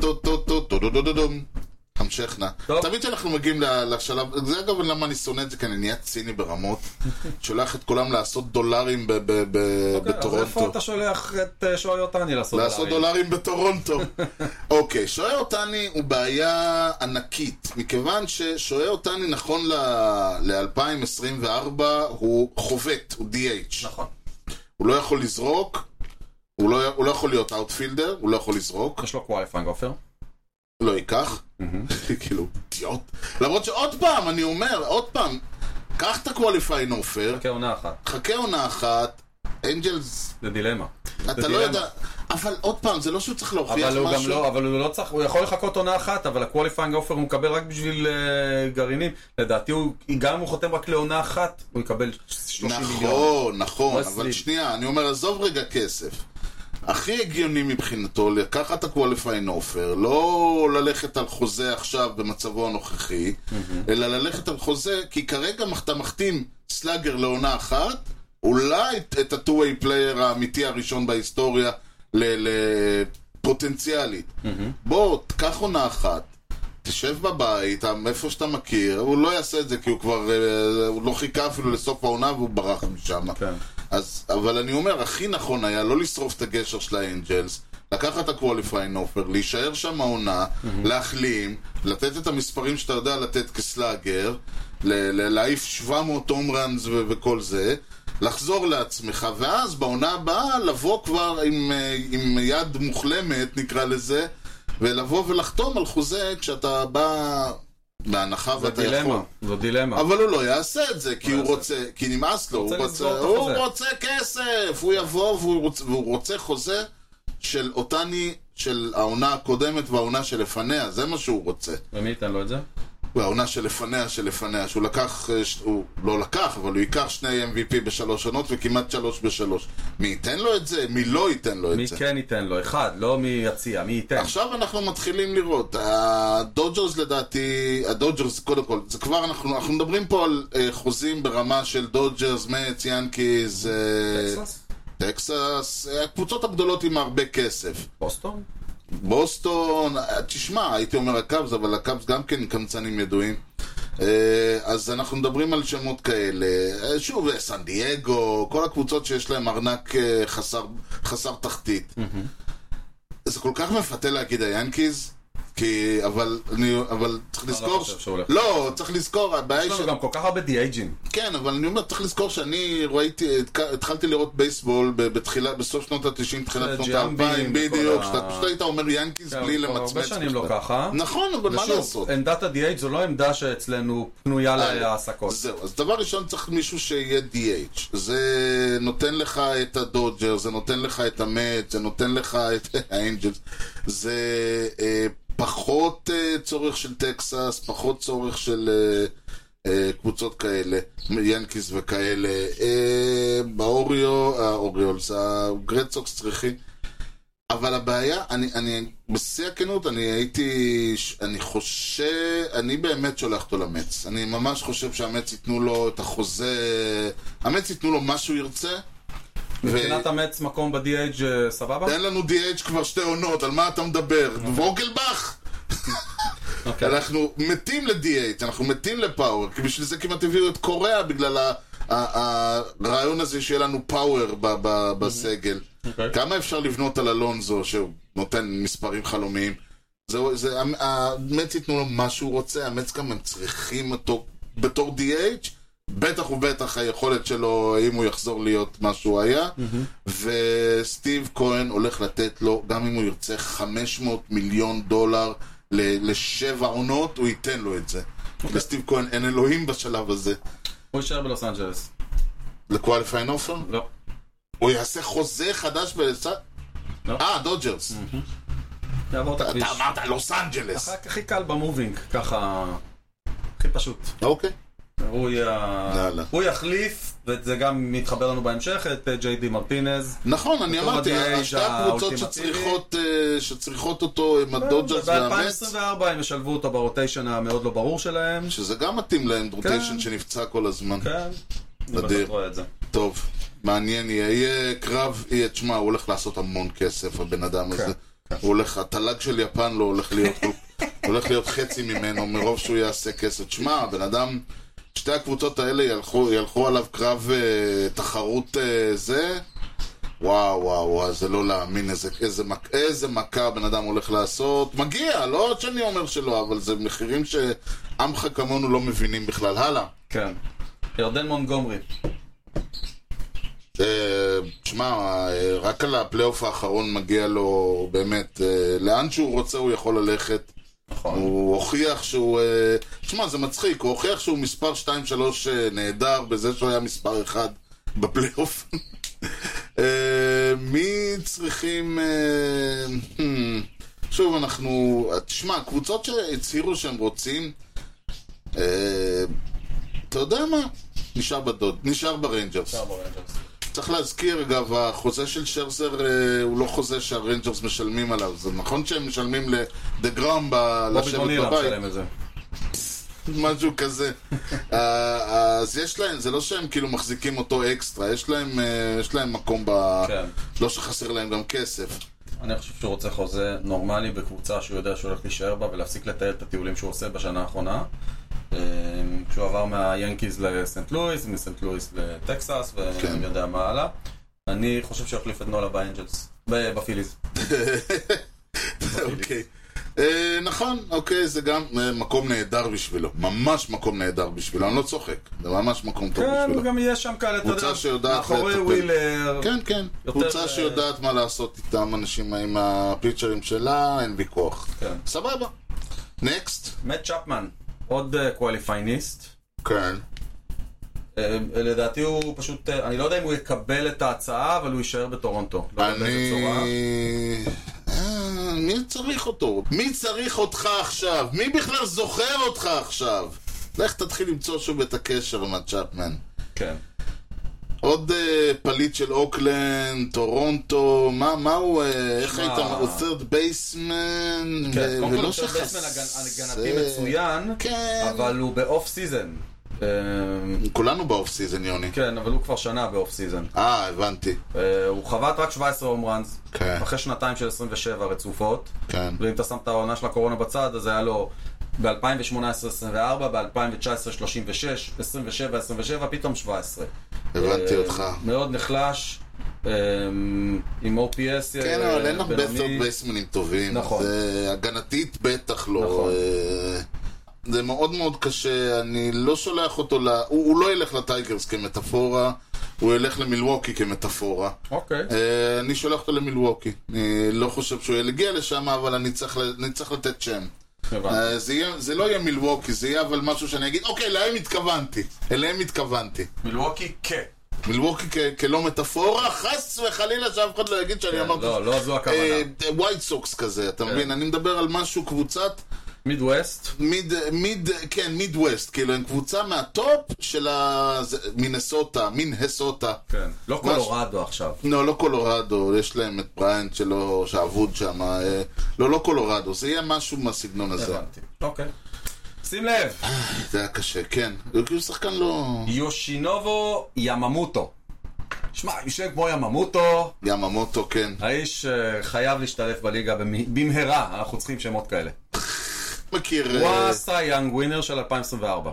המשכנה. תמיד שאנחנו מגיעים לשלב, זה אגב למה אני שונא את זה, כי אני נהיה ציני ברמות, שולח את כולם לעשות דולרים בטורונטו. אז איפה אתה שולח את שועי אותני לעשות דולרים? לעשות דולרים בטורונטו. אוקיי, שועי אותני הוא בעיה ענקית, מכיוון ששועי אותני נכון ל-2024 הוא חובט, הוא DH. נכון. הוא לא יכול לזרוק, הוא לא יכול להיות אאוטפילדר, הוא לא יכול לזרוק. יש לו קואליפיינג אופר. לא ייקח. כאילו, אידיוט. למרות שעוד פעם, אני אומר, עוד פעם, קח את הקואליפיינג אופר. חכה עונה אחת. אנג'לס... זה דילמה. אתה לא יודע... אבל עוד פעם, זה לא שהוא צריך להוכיח משהו. אבל הוא לא צריך, הוא יכול לחכות עונה אחת, אבל הקואליפיינג אופר הוא מקבל רק בשביל גרעינים. לדעתי, גם אם הוא חותם רק לעונה אחת, הוא יקבל 30 מיליון. נכון, אבל שנייה, אני אומר, עזוב רגע כסף. הכי הגיוני מבחינתו לקחת את הקואליפיין אופר, לא ללכת על חוזה עכשיו במצבו הנוכחי, אלא ללכת על חוזה, כי כרגע אתה מחתים סלאגר לעונה אחת, אולי את ה-2-way player האמיתי הראשון בהיסטוריה לפוטנציאלית. בוא, תקח עונה אחת, תשב בבית, איפה שאתה מכיר, הוא לא יעשה את זה כי הוא כבר, הוא לא חיכה אפילו לסוף העונה והוא ברח משם. אבל אני אומר, הכי נכון היה לא לשרוף את הגשר של האנג'לס, לקחת את הקואליפיין אופר, להישאר שם העונה, להחלים, לתת את המספרים שאתה יודע לתת כסלאגר, להעיף 700 הום ראנס וכל זה, לחזור לעצמך, ואז בעונה הבאה לבוא כבר עם יד מוחלמת, נקרא לזה, ולבוא ולחתום על חוזה כשאתה בא בהנחה ואתה יכול. זו דילמה. אבל הוא לא יעשה את זה, כי הוא רוצה, כי נמאס לו, הוא רוצה כסף, הוא יבוא והוא רוצה חוזה של אותני, של העונה הקודמת והעונה שלפניה, זה מה שהוא רוצה. ומי ייתן לו את זה? והעונה שלפניה, שהוא לקח, הוא לא לקח, אבל הוא ייקח 2 MVP ב3 עונות וכמעט 3 ב3. מי ייתן לו את זה? מי לא ייתן לו את זה? מי כן ייתן לו? אחד, לא מי יציע, מי ייתן? עכשיו אנחנו מתחילים לראות. הדודג'רס לדעתי, הדודג'רס קודם כל, זה כבר אנחנו מדברים פה על חוזים ברמה של דודג'רס, מץ, ינקיז, טקסס, הקבוצות הגדולות עם הרבה כסף. בוסטון, תשמע, הייתי אומר הקאבס, אבל הקאבס גם כן קמצנים ידועים. אז אנחנו מדברים על שמות כאלה. שוב, סן דייגו, כל הקבוצות שיש להם ארנק חסר תחתית. זה כל כך מפתה להגיד היאנקיז, אבל צריך לזכור... לא, צריך לזכור... יש לנו גם כל כך הרבה די-אייג'ים. כן, אבל אני אומר, צריך לזכור שאני התחלתי לראות בייסבול בסוף שנות ה-90, תחילת שנות ה-2000, בדיוק, שאתה פשוט היית אומר יאנקיז בלי למצמץ. הרבה שנים לא ככה. נכון, אבל מה לעשות? עמדת ה-DH זו לא עמדה שאצלנו פנויה להעסקות. זהו, אז דבר ראשון צריך מישהו שיהיה DH. זה נותן לך את הדודג'ר, זה נותן לך את המט, זה נותן לך את האנג'לס. זה... פחות צורך של טקסס, פחות צורך של קבוצות כאלה, ינקיס וכאלה. באוריולס, הגרד סוקס צריכים. אבל הבעיה, אני בשיא הכנות, אני באמת שולח אותו למץ. אני ממש חושב שהמץ ייתנו לו את החוזה, המץ ייתנו לו מה שהוא ירצה. מבחינת המץ מקום ב-DH סבבה? אין לנו DH כבר 2 עונות, על מה אתה מדבר? ווגלבך! אנחנו מתים ל-DH, אנחנו מתים לפאוור, כי בשביל זה כמעט הביאו את קוריאה, בגלל הרעיון הזה שיהיה לנו פאוור בסגל. כמה אפשר לבנות על אלונזו שהוא נותן מספרים חלומיים? המץ ייתנו לו מה שהוא רוצה, המץ גם הם צריכים אותו בתור DH, בטח ובטח היכולת שלו אם הוא יחזור להיות מה שהוא היה, וסטיב כהן הולך לתת לו, גם אם הוא ירצה $500 מיליון ל7 עונות, הוא ייתן לו את זה. לסטיב כהן אין אלוהים בשלב הזה. הוא יישאר בלוס אנג'לס. לקואליפיין אופר? לא. הוא יעשה חוזה חדש דודג'רס. אתה אמרת לוס אנג'לס. הכי קל במובינג, ככה הכי פשוט. אוקיי. הוא יחליף, וזה גם מתחבר לנו בהמשך, את ג'יי.די מרטינז. נכון, אני אמרתי, שתי הקבוצות שצריכות אותו עם הדודג'רס והמץ. ב-2024 הם ישלבו אותו ברוטיישן המאוד לא ברור שלהם. שזה גם מתאים להם, רוטיישן שנפצע כל הזמן. כן, נדיר. טוב, מעניין, יהיה קרב, תשמע, הוא הולך לעשות המון כסף, הבן אדם הזה. התל"ג של יפן לא הולך להיות חצי ממנו, מרוב שהוא יעשה כסף. תשמע, הבן אדם... שתי הקבוצות האלה ילכו עליו קרב תחרות זה, וואו, זה לא להאמין איזה מכה בן אדם הולך לעשות. מגיע, לא שאני אומר שלא, אבל זה מחירים שעמך כמונו לא מבינים בכלל. הלאה. כן. ירדן מונגומרי. תשמע, רק על הפלייאוף האחרון מגיע לו באמת, לאן שהוא רוצה הוא יכול ללכת. הוא הוכיח שהוא, תשמע, זה מצחיק, הוא הוכיח שהוא מספר 2-3 נהדר בזה שהוא היה מספר 1 בפלייאוף. מי צריכים, שוב אנחנו, תשמע, קבוצות שהצהירו שהם רוצים, אתה יודע מה? נשאר בריינג'רס. צריך להזכיר, אגב, החוזה של שרזר הוא לא חוזה שהריינג'רס משלמים עליו. זה נכון שהם משלמים לדגרם לשבת בבית. משהו כזה. אז יש להם, זה לא שהם כאילו מחזיקים אותו אקסטרה, יש להם מקום לא שחסר להם גם כסף. אני חושב שהוא רוצה חוזה נורמלי בקבוצה שהוא יודע שהוא הולך להישאר בה ולהפסיק לטייל את הטיולים שהוא עושה בשנה האחרונה. כשהוא עבר מהיאנקיז לסנט לואיס, מסנט לואיס לטקסס, ואני יודע מה הלאה. אני חושב שהוא יחליף את נולה באנג'לס, בפיליז. אוקיי. נכון, אוקיי, זה גם מקום נהדר בשבילו. ממש מקום נהדר בשבילו, אני לא צוחק. זה ממש מקום טוב בשבילו. כן, גם יש שם כאלה, אתה יודע, מאחורי ווילר. כן, קבוצה שיודעת מה לעשות איתם, אנשים עם הפיצ'רים שלה, אין ויכוח. סבבה. נקסט. מאט צ'פמן. עוד קואליפייניסט. כן. לדעתי הוא פשוט, אני לא יודע אם הוא יקבל את ההצעה, אבל הוא יישאר בטורונטו. מי צריך אותו? מי צריך אותך עכשיו? מי בכלל זוכר אותך עכשיו? לך תתחיל למצוא שוב את הקשר עם הצ'פמן. כן. עוד פליט של אוקלנד, טורונטו, מה הוא, איך היית, הוא third baseman, כן, קודם כל הוא third baseman הגנתי מצוין, אבל הוא באוף סיזן. כולנו באוף סיזן, יוני. כן, אבל הוא כבר שנה באוף סיזן. הבנתי. הוא חבט רק 17 הום ראנס, אחרי שנתיים של 27 רצופות, ואם אתה שם את העונה של הקורונה בצד, אז היה לו ב-2018 24, ב-2019 36, 27, 27, פתאום 17. הבנתי אותך. מאוד נחלש, עם OPS. כן, אבל אין הרבה third baseman'ים טובים. נכון. הגנתית בטח לא. נכון. זה מאוד מאוד קשה, אני לא שולח אותו הוא לא ילך לטייגרס כמטאפורה, הוא ילך למילווקי כמטאפורה. אוקיי. אני שולח אותו למילווקי. אני לא חושב שהוא יגיע לשם, אבל אני צריך לתת שם. זה לא יהיה מילווקי, זה יהיה אבל משהו שאני אגיד, אוקיי, אליהם התכוונתי. מילווקי כלא מטאפורה, חס וחלילה שאף אחד לא יגיד שאני אמרתי. לא זו הכוונה. ווייט סוקס כזה, אתה מבין? אני מדבר על משהו קבוצת מידווסט? כן, מידווסט, כאילו הם קבוצה מהטופ של מינסוטה. כן, לא קולורדו עכשיו. לא קולורדו, יש להם את בריינט שלו, שעבוד שם, לא קולורדו, זה יהיה משהו מהסגנון הזה. הבנתי, אוקיי. שים לב. זה היה קשה, כן. הוא שחקן לא... יושינובו יממוטו. שמע, יושב כמו יממוטו. יממוטו, כן. האיש חייב להשתלף בליגה במהרה, אנחנו צריכים שמות כאלה. מכיר... הוא הסי יאנג ווינר של 2024.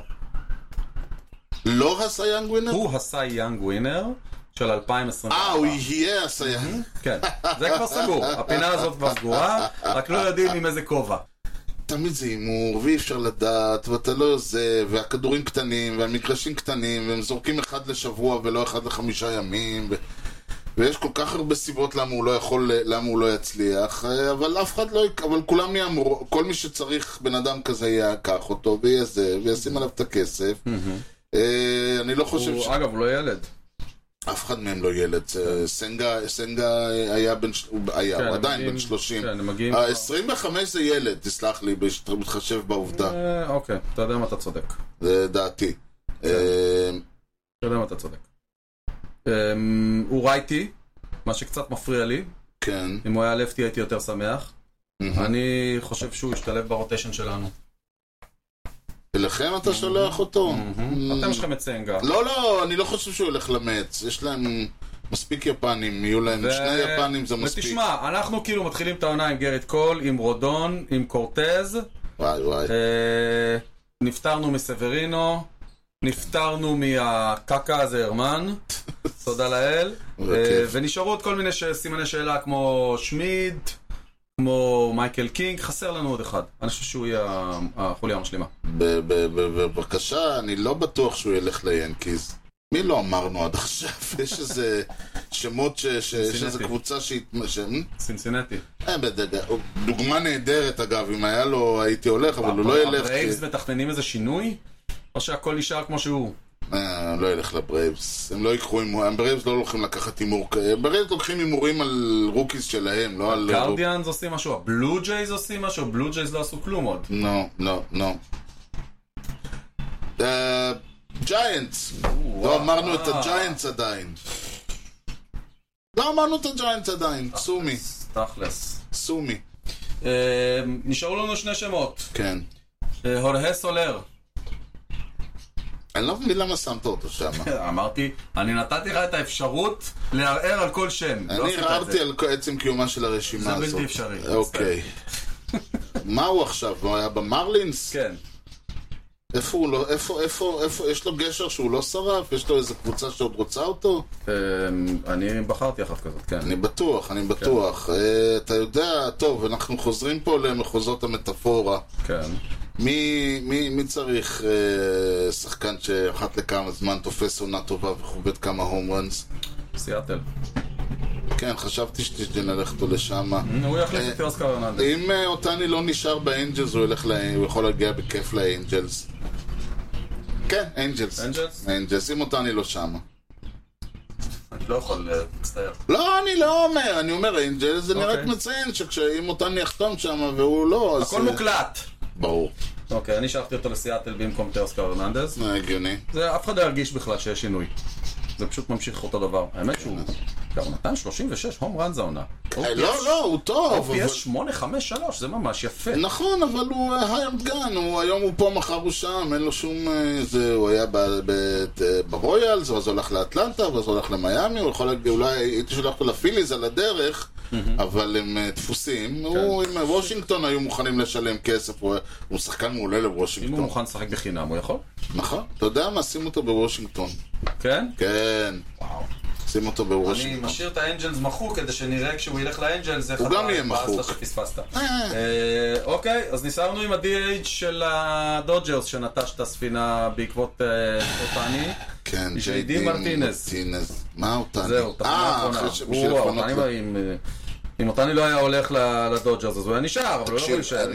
לא הסי יאנג ווינר? הוא הסי יאנג ווינר של 2024. הוא יהיה הסי יאנג. כן, זה כבר סגור. הפינה הזאת כבר סגורה, רק לא יודעים עם איזה כובע. תמיד זה אימור, ואי אפשר לדעת, ואתה לא זה, והכדורים קטנים, והמגרשים קטנים, והם זורקים אחד לשבוע ולא אחד ל5 ימים, ויש כל כך הרבה סיבות למה הוא לא יצליח, אבל אף אחד לא, אבל כולם יאמרו, כל מי שצריך בן אדם כזה ייקח אותו, וישים עליו את הכסף. אני לא חושב אגב, הוא לא ילד. אף אחד מהם לא ילד. סנגה היה הוא עדיין בן 30. 25 זה ילד, תסלח לי, מתחשב בעובדה. אוקיי, אתה יודע מה אתה צודק. זה דעתי. אתה יודע מה אתה צודק. הוא רייטי, מה שקצת מפריע לי. כן. אם הוא היה לפטי הייתי יותר שמח. אני חושב שהוא ישתלב ברוטיישן שלנו. ולכם אתה שולח אותו? אתם שלכם את סנגה. לא, אני לא חושב שהוא ילך למץ. יש להם מספיק יפנים, יהיו להם 2 יפנים, זה מספיק. ותשמע, אנחנו כאילו מתחילים את העונה עם גריט קול, עם רודון, עם קורטז. וואי. נפטרנו מסברינו, נפטרנו מהקקה הזה הרמן, תודה לאל. ונשארו עוד כל מיני סימני שאלה כמו שמיד, כמו מייקל קינג, חסר לנו עוד אחד. אני חושב שהוא יהיה החוליה המשלימה. בבקשה, אני לא בטוח שהוא ילך ליאנקיז. מי לא אמרנו עד עכשיו? יש איזה שמות יש איזה קבוצה סינסינטי. דוגמה נהדרת אגב, אם היה לו הייתי הולך, אבל הוא לא ילך. הברייבס מתכננים איזה שינוי? או שהכל נשאר כמו שהוא? לא ילך לברייבס. הם לא ייקחו הימור, הברייבס לא הולכים לקחת הימור. הברייבס לוקחים הימורים על רוקיס שלהם, לא על... גארדיאנס עושים משהו, הבלו ג'ייז עושים משהו, הבלו ג'ייז לא עשו כלום עוד. לא. ג'יינטס. לא אמרנו את הג'יינטס עדיין. סומי. תכלס. סומי. נשארו לנו 2 שמות. כן. הורהה סולר. אני לא מבין למה שמת אותו שם. אמרתי, אני נתתי לך את האפשרות לערער על כל שם. אני ערערתי על עצם קיומה של הרשימה הזאת. זה בלתי אפשרי. אוקיי. מה הוא עכשיו? הוא היה במרלינס? כן. איפה הוא לא, איפה, יש לו גשר שהוא לא שרף? יש לו איזה קבוצה שעוד רוצה אותו? אני בחרתי אחת כזאת, כן. אני בטוח. אתה יודע, טוב, אנחנו חוזרים פה למחוזות המטאפורה. כן. מי צריך שחקן שאחת לכמה זמן תופס עונה טובה וחובט כמה הום ראנס? סיאטל. כן, חשבתי שנלך אותו לשם. הוא יחליף את אוסקר הרננדס. אם אותני לא נשאר באנג'לס, הוא יכול להגיע בכיף לאנג'לס. כן, אנג'לס, אם אותני לא שם. אני לא יכול להצטער. לא, אני לא אומר, אני אומר אנג'לס, זה נראה מציין שאם אותני יחתום שם והוא לא... הכל מוקלט. ברור. אוקיי, אני שלחתי אותו לסיאטל במקום אוסקר הרננדס. הגיוני. אף אחד לא ירגיש בכלל שיש שינוי. זה פשוט ממשיך אותו דבר. האמת שהוא נתן 36 הום ראנז העונה. לא, הוא טוב. OPS 853, זה ממש יפה. נכון, אבל הוא היירד גן, היום הוא פה, מחר הוא שם, אין לו שום... הוא היה ברויאלס, אז הולך לאטלנטה, ואז הולך למיימי, הוא יכול להגיד, אולי הייתי שולח אותו לפיליז על הדרך, אבל הם דפוסים. הוא עם וושינגטון היו מוכנים לשלם כסף, הוא שחקן מעולה לוושינגטון. אם הוא מוכן לשחק בחינם, הוא יכול? נכון, אתה יודע מה, שים אותו בוושינגטון. כן? כן. וואו. שים אותו בוושינגטון. אני משאיר את האנג'לס מחוק כדי שנראה כשהוא ילך לאנג'לס הוא גם יהיה מחוק. שפספסת. אוקיי, אז ניסרנו עם ה-DH של הדודג'רס שנטש את הספינה בעקבות אותני. כן, JD מרטינז. מה אותני? זהו, תחנה האחרונה. אם אותני לא היה הולך לדודג'רס אז הוא היה נשאר, אבל הוא לא יכול להישאר.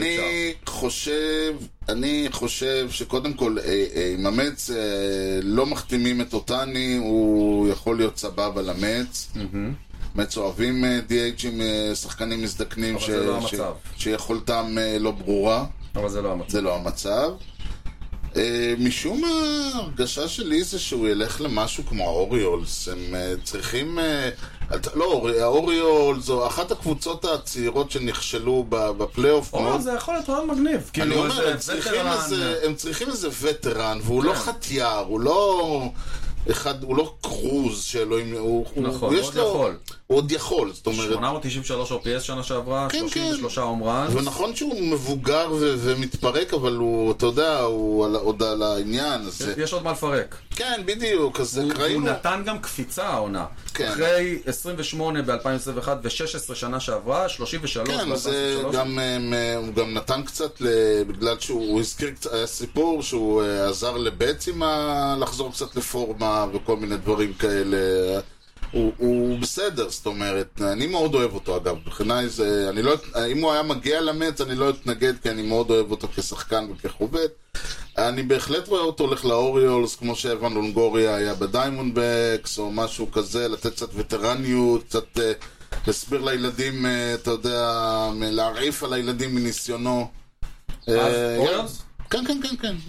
אני חושב שקודם כל אם המץ לא מחתימים את אותני, הוא יכול להיות סבבה למץ. מצ אוהבים DH עם שחקנים מזדקנים שיכולתם לא ברורה. אבל זה לא המצב. זה לא המצב. משום ההרגשה שלי זה שהוא ילך למשהו כמו האוריולס. הם צריכים... לא, האוריולס זו אחת הקבוצות הצעירות שנכשלו בפלייאוף. זה יכול להיות מאוד מגניב. אני אומר, הם צריכים איזה וטרן, והוא לא חטייר, הוא לא... הוא לא קרוז שאלוהים, הוא עוד יכול. הוא עוד יכול, זאת אומרת... 893 OPS שנה שעברה, 33 הומרנס. ונכון שהוא מבוגר ומתפרק, אבל הוא, אתה יודע, הוא עוד על העניין. יש עוד מה לפרק. כן, בדיוק. הוא נתן גם קפיצה העונה. אחרי 28 ב-2021 ו-16 שנה שעברה, 33 ב-2023. הוא גם נתן קצת, בגלל שהוא הזכיר קצת, היה סיפור שהוא עזר לבץ עם לחזור קצת לפורמה וכל מיני דברים כאלה. הוא בסדר, זאת אומרת, אני מאוד אוהב אותו אגב, בכלל זה, אם הוא היה מגיע למץ אני לא אתנגד, כי אני מאוד אוהב אותו כשחקן וכחובט. אני בהחלט רואה אותו הולך לאוריולס, כמו שאבן לונגוריה היה בדיימונדבקס או משהו כזה, לתת קצת וטרניות, קצת להסביר לילדים, אתה יודע, להרעיף על הילדים מניסיונו. אוריולס? כן, כן, כן, כן.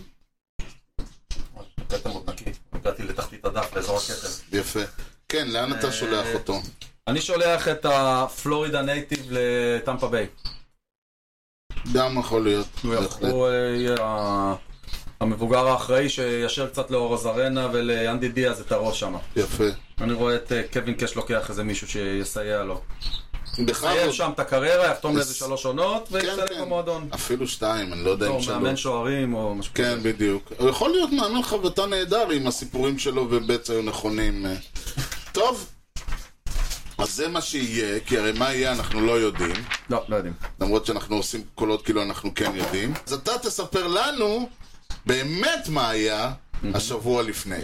קטע מאוד נקי, הגעתי לתחתית הדף לאזור הקטע. יפה. כן, לאן אתה שולח אותו? אני שולח את הפלורידה נייטיב לטמפה ביי. גם יכול להיות. הוא יהיה המבוגר האחראי שישר קצת לאור הזרנה וליאנדי דיאז את הראש שם. יפה. אני רואה את קווין קש לוקח איזה מישהו שיסייע לו. יסייע שם את הקריירה, יחתום לאיזה 3 עונות ויצלק במועדון. אפילו 2, אני לא יודע אם 3. מאמן שוערים או משהו כזה. כן, בדיוק. הוא יכול להיות מאמן חבטה נהדר אם הסיפורים שלו ובץ היו נכונים. טוב, אז זה מה שיהיה, כי הרי מה יהיה אנחנו לא יודעים. לא יודעים. למרות שאנחנו עושים קולות כאילו אנחנו כן יודעים. אז אתה תספר לנו באמת מה היה השבוע לפני.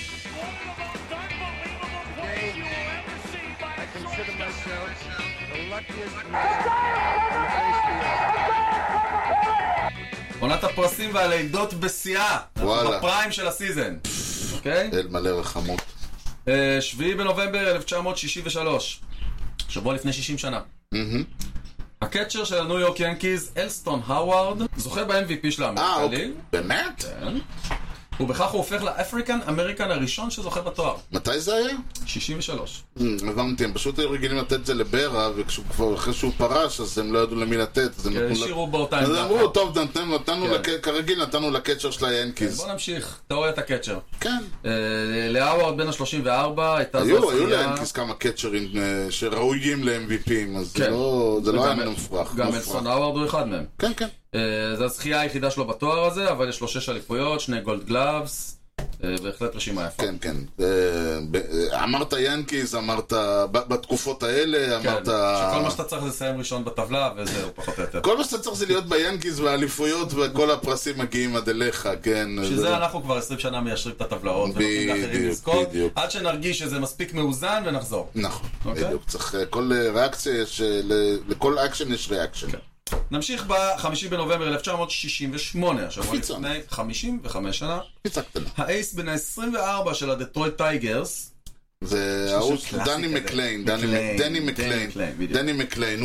עונת הפרסים והלידות בשיאה. וואלה. בפריים של הסיזן. אוקיי? אל מלא רחמות. 7 בנובמבר 1963. שבוע לפני 60 שנה. הקצ'ר של הניו יורק ינקיז, אלסטון האווארד, זוכה ב-MVP של האמריקלי. באמת? כן. ובכך הוא הופך לאפריקן אמריקן הראשון שזוכה בתואר. מתי זה היה? 63. הבנתי, הם פשוט היו רגילים לתת את זה לברה, ואחרי שהוא פרש, אז הם לא ידעו למי לתת. השאירו באותה עמדה. אז אמרו, טוב, כרגיל נתנו לקצ'ר של היאנקיז. בוא נמשיך, תיאוריית הקצ'ר. כן. להאווארד בין ה-34, הייתה זו עשייה. היו ליאנקיז כמה קצ'רים שראויים ל-MVPים, אז זה לא היה מופרך. גם אלסטון האווארד הוא אחד מהם. כן, כן. זו הזכייה היחידה שלו בתואר הזה, אבל יש לו 6 אליפויות, 2 גולד גלאבס, בהחלט רשימה יפה. כן, כן. אמרת ינקיז, אמרת בתקופות האלה, אמרת... שכל מה שאתה צריך זה לסיים ראשון בטבלה, וזהו, פחות או יותר. כל מה שאתה צריך זה להיות ביאנקיז והאליפויות, וכל הפרסים מגיעים עד אליך, כן. שזה אנחנו כבר 20 שנה מיישרים את הטבלאות, ונותנים לאחרים לזכות, עד שנרגיש שזה מספיק מאוזן ונחזור. נכון, בדיוק. צריך כל ריאקציה, לכל אקשן יש ריאקשן. נמשיך ב-5 בנובמבר 1968, השבוע לפני 55 שנה. האייס בן ה-24 של הדטרויט טייגרס. זה דני מקליין. דני מקליין.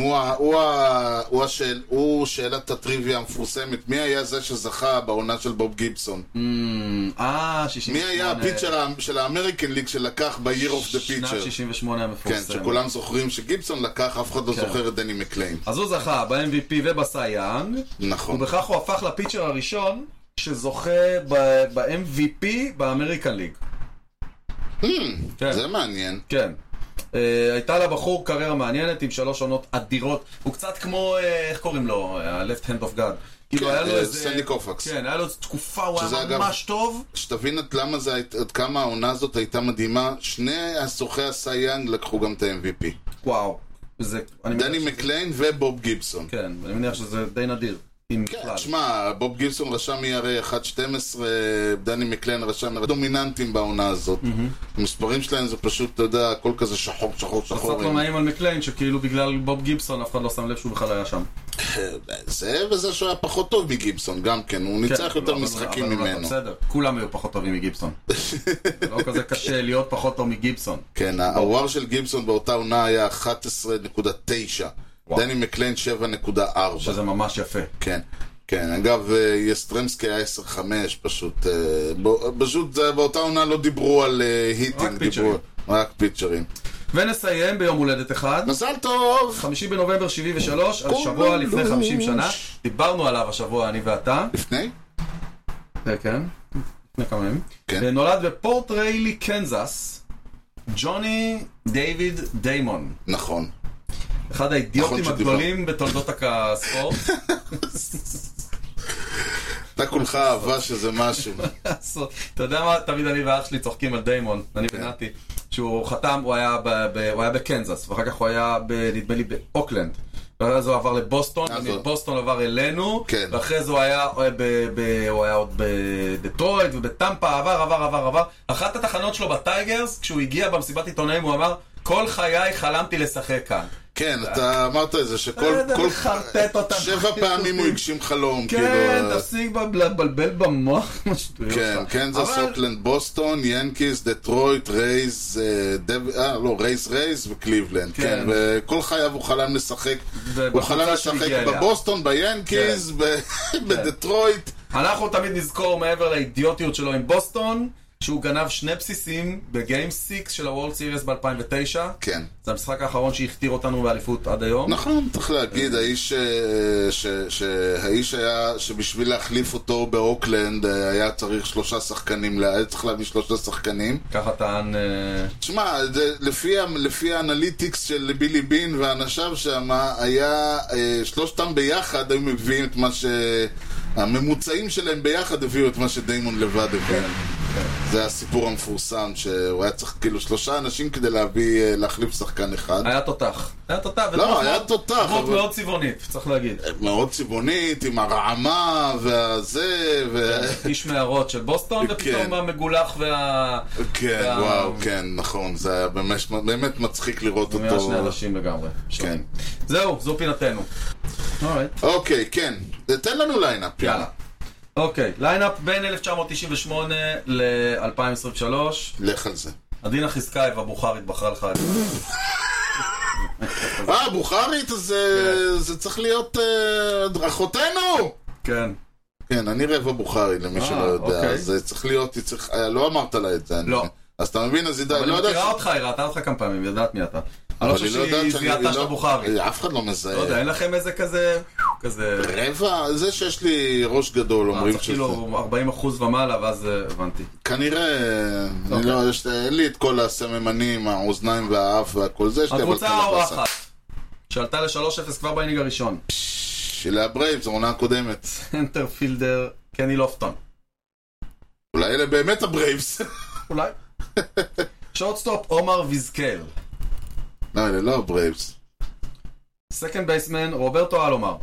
הוא שאלת הטריוויה המפורסמת. מי היה זה שזכה בעונה של בוב גיבסון? 68. מי היה הפיצ'ר של האמריקן ליג שלקח ב-Year of the Pitcher? שנת 68 המפורסמת. כן, שכולם זוכרים שגיבסון לקח, אף אחד לא זוכר את דני מקליין. אז הוא זכה ב-MVP ובסי יאנג. נכון. ובכך הוא הפך לפיצ'ר הראשון שזוכה ב-MVP באמריקן ליג. זה מעניין. כן. הייתה לבחור קריירה מעניינת עם 3 עונות אדירות. הוא קצת כמו, איך קוראים לו? ה-Left Hand of God. כאילו היה לו איזה... סנדי קופקס. כן, היה לו תקופה, הוא היה ממש טוב. שתבין עד כמה העונה הזאת הייתה מדהימה. 2 הזוכי הסי יאנג לקחו גם את ה-MVP. וואו. דני מקליין ובוב גיבסון. כן, אני מניח שזה די נדיר. כן, תשמע, בוב גיבסון רשם ERA 1.12, דני מקליין רשם דומיננטים בעונה הזאת. המספרים שלהם זה פשוט, אתה יודע, הכל כזה שחור. קצת לא נעים על מקליין, שכאילו בגלל בוב גיבסון אף אחד לא שם לב שהוא בכלל היה שם. זה וזה שהוא היה פחות טוב מגיבסון, גם כן, הוא ניצח יותר משחקים ממנו. בסדר, כולם היו פחות טובים מגיבסון. זה לא כזה קשה להיות פחות טוב מגיבסון. כן, הוואר של גיבסון באותה עונה היה 11.9. דני מקליין 7.4. שזה ממש יפה. כן. כן, אגב, יסטרמסקי היה 10-5, פשוט זה באותה עונה לא דיברו על היטינג, דיברו רק פיצ'רים. ונסיים ביום הולדת אחד. מזל טוב! 5 בנובמבר 73, על שבוע לפני 50 שנה. דיברנו עליו השבוע, אני ואתה. לפני? כן, לפני כמה ימים. נולד בפורט ריילי, קנזס, ג'וני דיוויד דיימון. נכון. אחד האידיוטים הגדולים בתולדות הספורט. אתה כולך אהבה שזה משהו. אתה יודע מה? תמיד אני ואח שלי צוחקים על דיימון, אני ונתי, שהוא חתם, הוא היה בקנזס, ואחר כך הוא היה, נדמה לי, באוקלנד. ואחרי זה הוא עבר לבוסטון, ומבוסטון עבר אלינו, ואחרי זה הוא היה עוד בדטרויט ובטמפה, עבר. אחת התחנות שלו בטייגרס, כשהוא הגיע במסיבת עיתונאים, הוא אמר, כל חיי חלמתי לשחק כאן. כן, אתה אמרת את זה שכל 7 פעמים הוא הגשים חלום. כן, תפסיק לבלבל במוח. כן, קנזס, אוקלנד, בוסטון, ינקיס, דטרויט, רייז, רייז וקליבלנד. כן, וכל חייו הוא חלם לשחק. הוא חלם לשחק בבוסטון, ביאנקיס, בדטרויט. אנחנו תמיד נזכור מעבר לאידיוטיות שלו עם בוסטון, שהוא גנב 2 בסיסים בגיים 6 של הוורלד סיריס ב-2009. כן. זה המשחק האחרון שהכתיר אותנו באליפות עד היום. נכון, צריך להגיד, האיש היה, שבשביל להחליף אותו באוקלנד, היה צריך 3 שחקנים, היה צריך להביא 3 שחקנים. ככה טען... תשמע, לפי האנליטיקס של בילי בין ואנשיו שם, היה 3 ביחד, היו מביאים את מה הממוצעים שלהם ביחד הביאו את מה שדיימון לבד הביא. זה הסיפור המפורסם, שהוא היה צריך כאילו 3 אנשים כדי להחליף שחקן אחד. היה תותח. לא, היה תותח. דמות מאוד צבעונית, צריך להגיד. מאוד צבעונית, עם הרעמה והזה. איש מערות של בוסטון, ופתאום המגולח כן, וואו, כן, נכון. זה היה באמת מצחיק לראות אותו. 2 אנשים לגמרי. כן. זהו, זו פינתנו. אוקיי, כן. תן לנו ליינאפ. יאללה. אוקיי, ליינאפ בין 1998 ל-2023. לך על זה. עדינה חזקאי והבוכרית בחרה לך. בוכרית, זה צריך להיות אחותנו! כן. כן, אני רבע בוכרית, למי שלא יודע. זה צריך להיות, לא אמרת לה את זה. לא. אז אתה מבין, אז אבל היא מכירה אותך, היא ראתה אותך כמה פעמים, יודעת מי אתה. אני לא חושב שהיא זיהתה שאתה בוכרית. אף אחד לא מזהה. לא יודע, אין לכם איזה כזה... רבע? זה שיש לי ראש גדול, אומרים שזה. צריך כאילו 40% ומעלה, ואז הבנתי. כנראה, אין לי את כל הסממנים, האוזניים והאף והכל זה. הקבוצה האורחת, שעלתה ל-3-0 כבר באינינג הראשון. שאלה הברייבס, העונה הקודמת. סנטרפילדר, קני לופטון. אולי אלה באמת הברייבס. אולי. שורטסטופ, עומר ויזקל. לא, אלה לא הברייבס. סקנד בייסמן, רוברטו אלומר.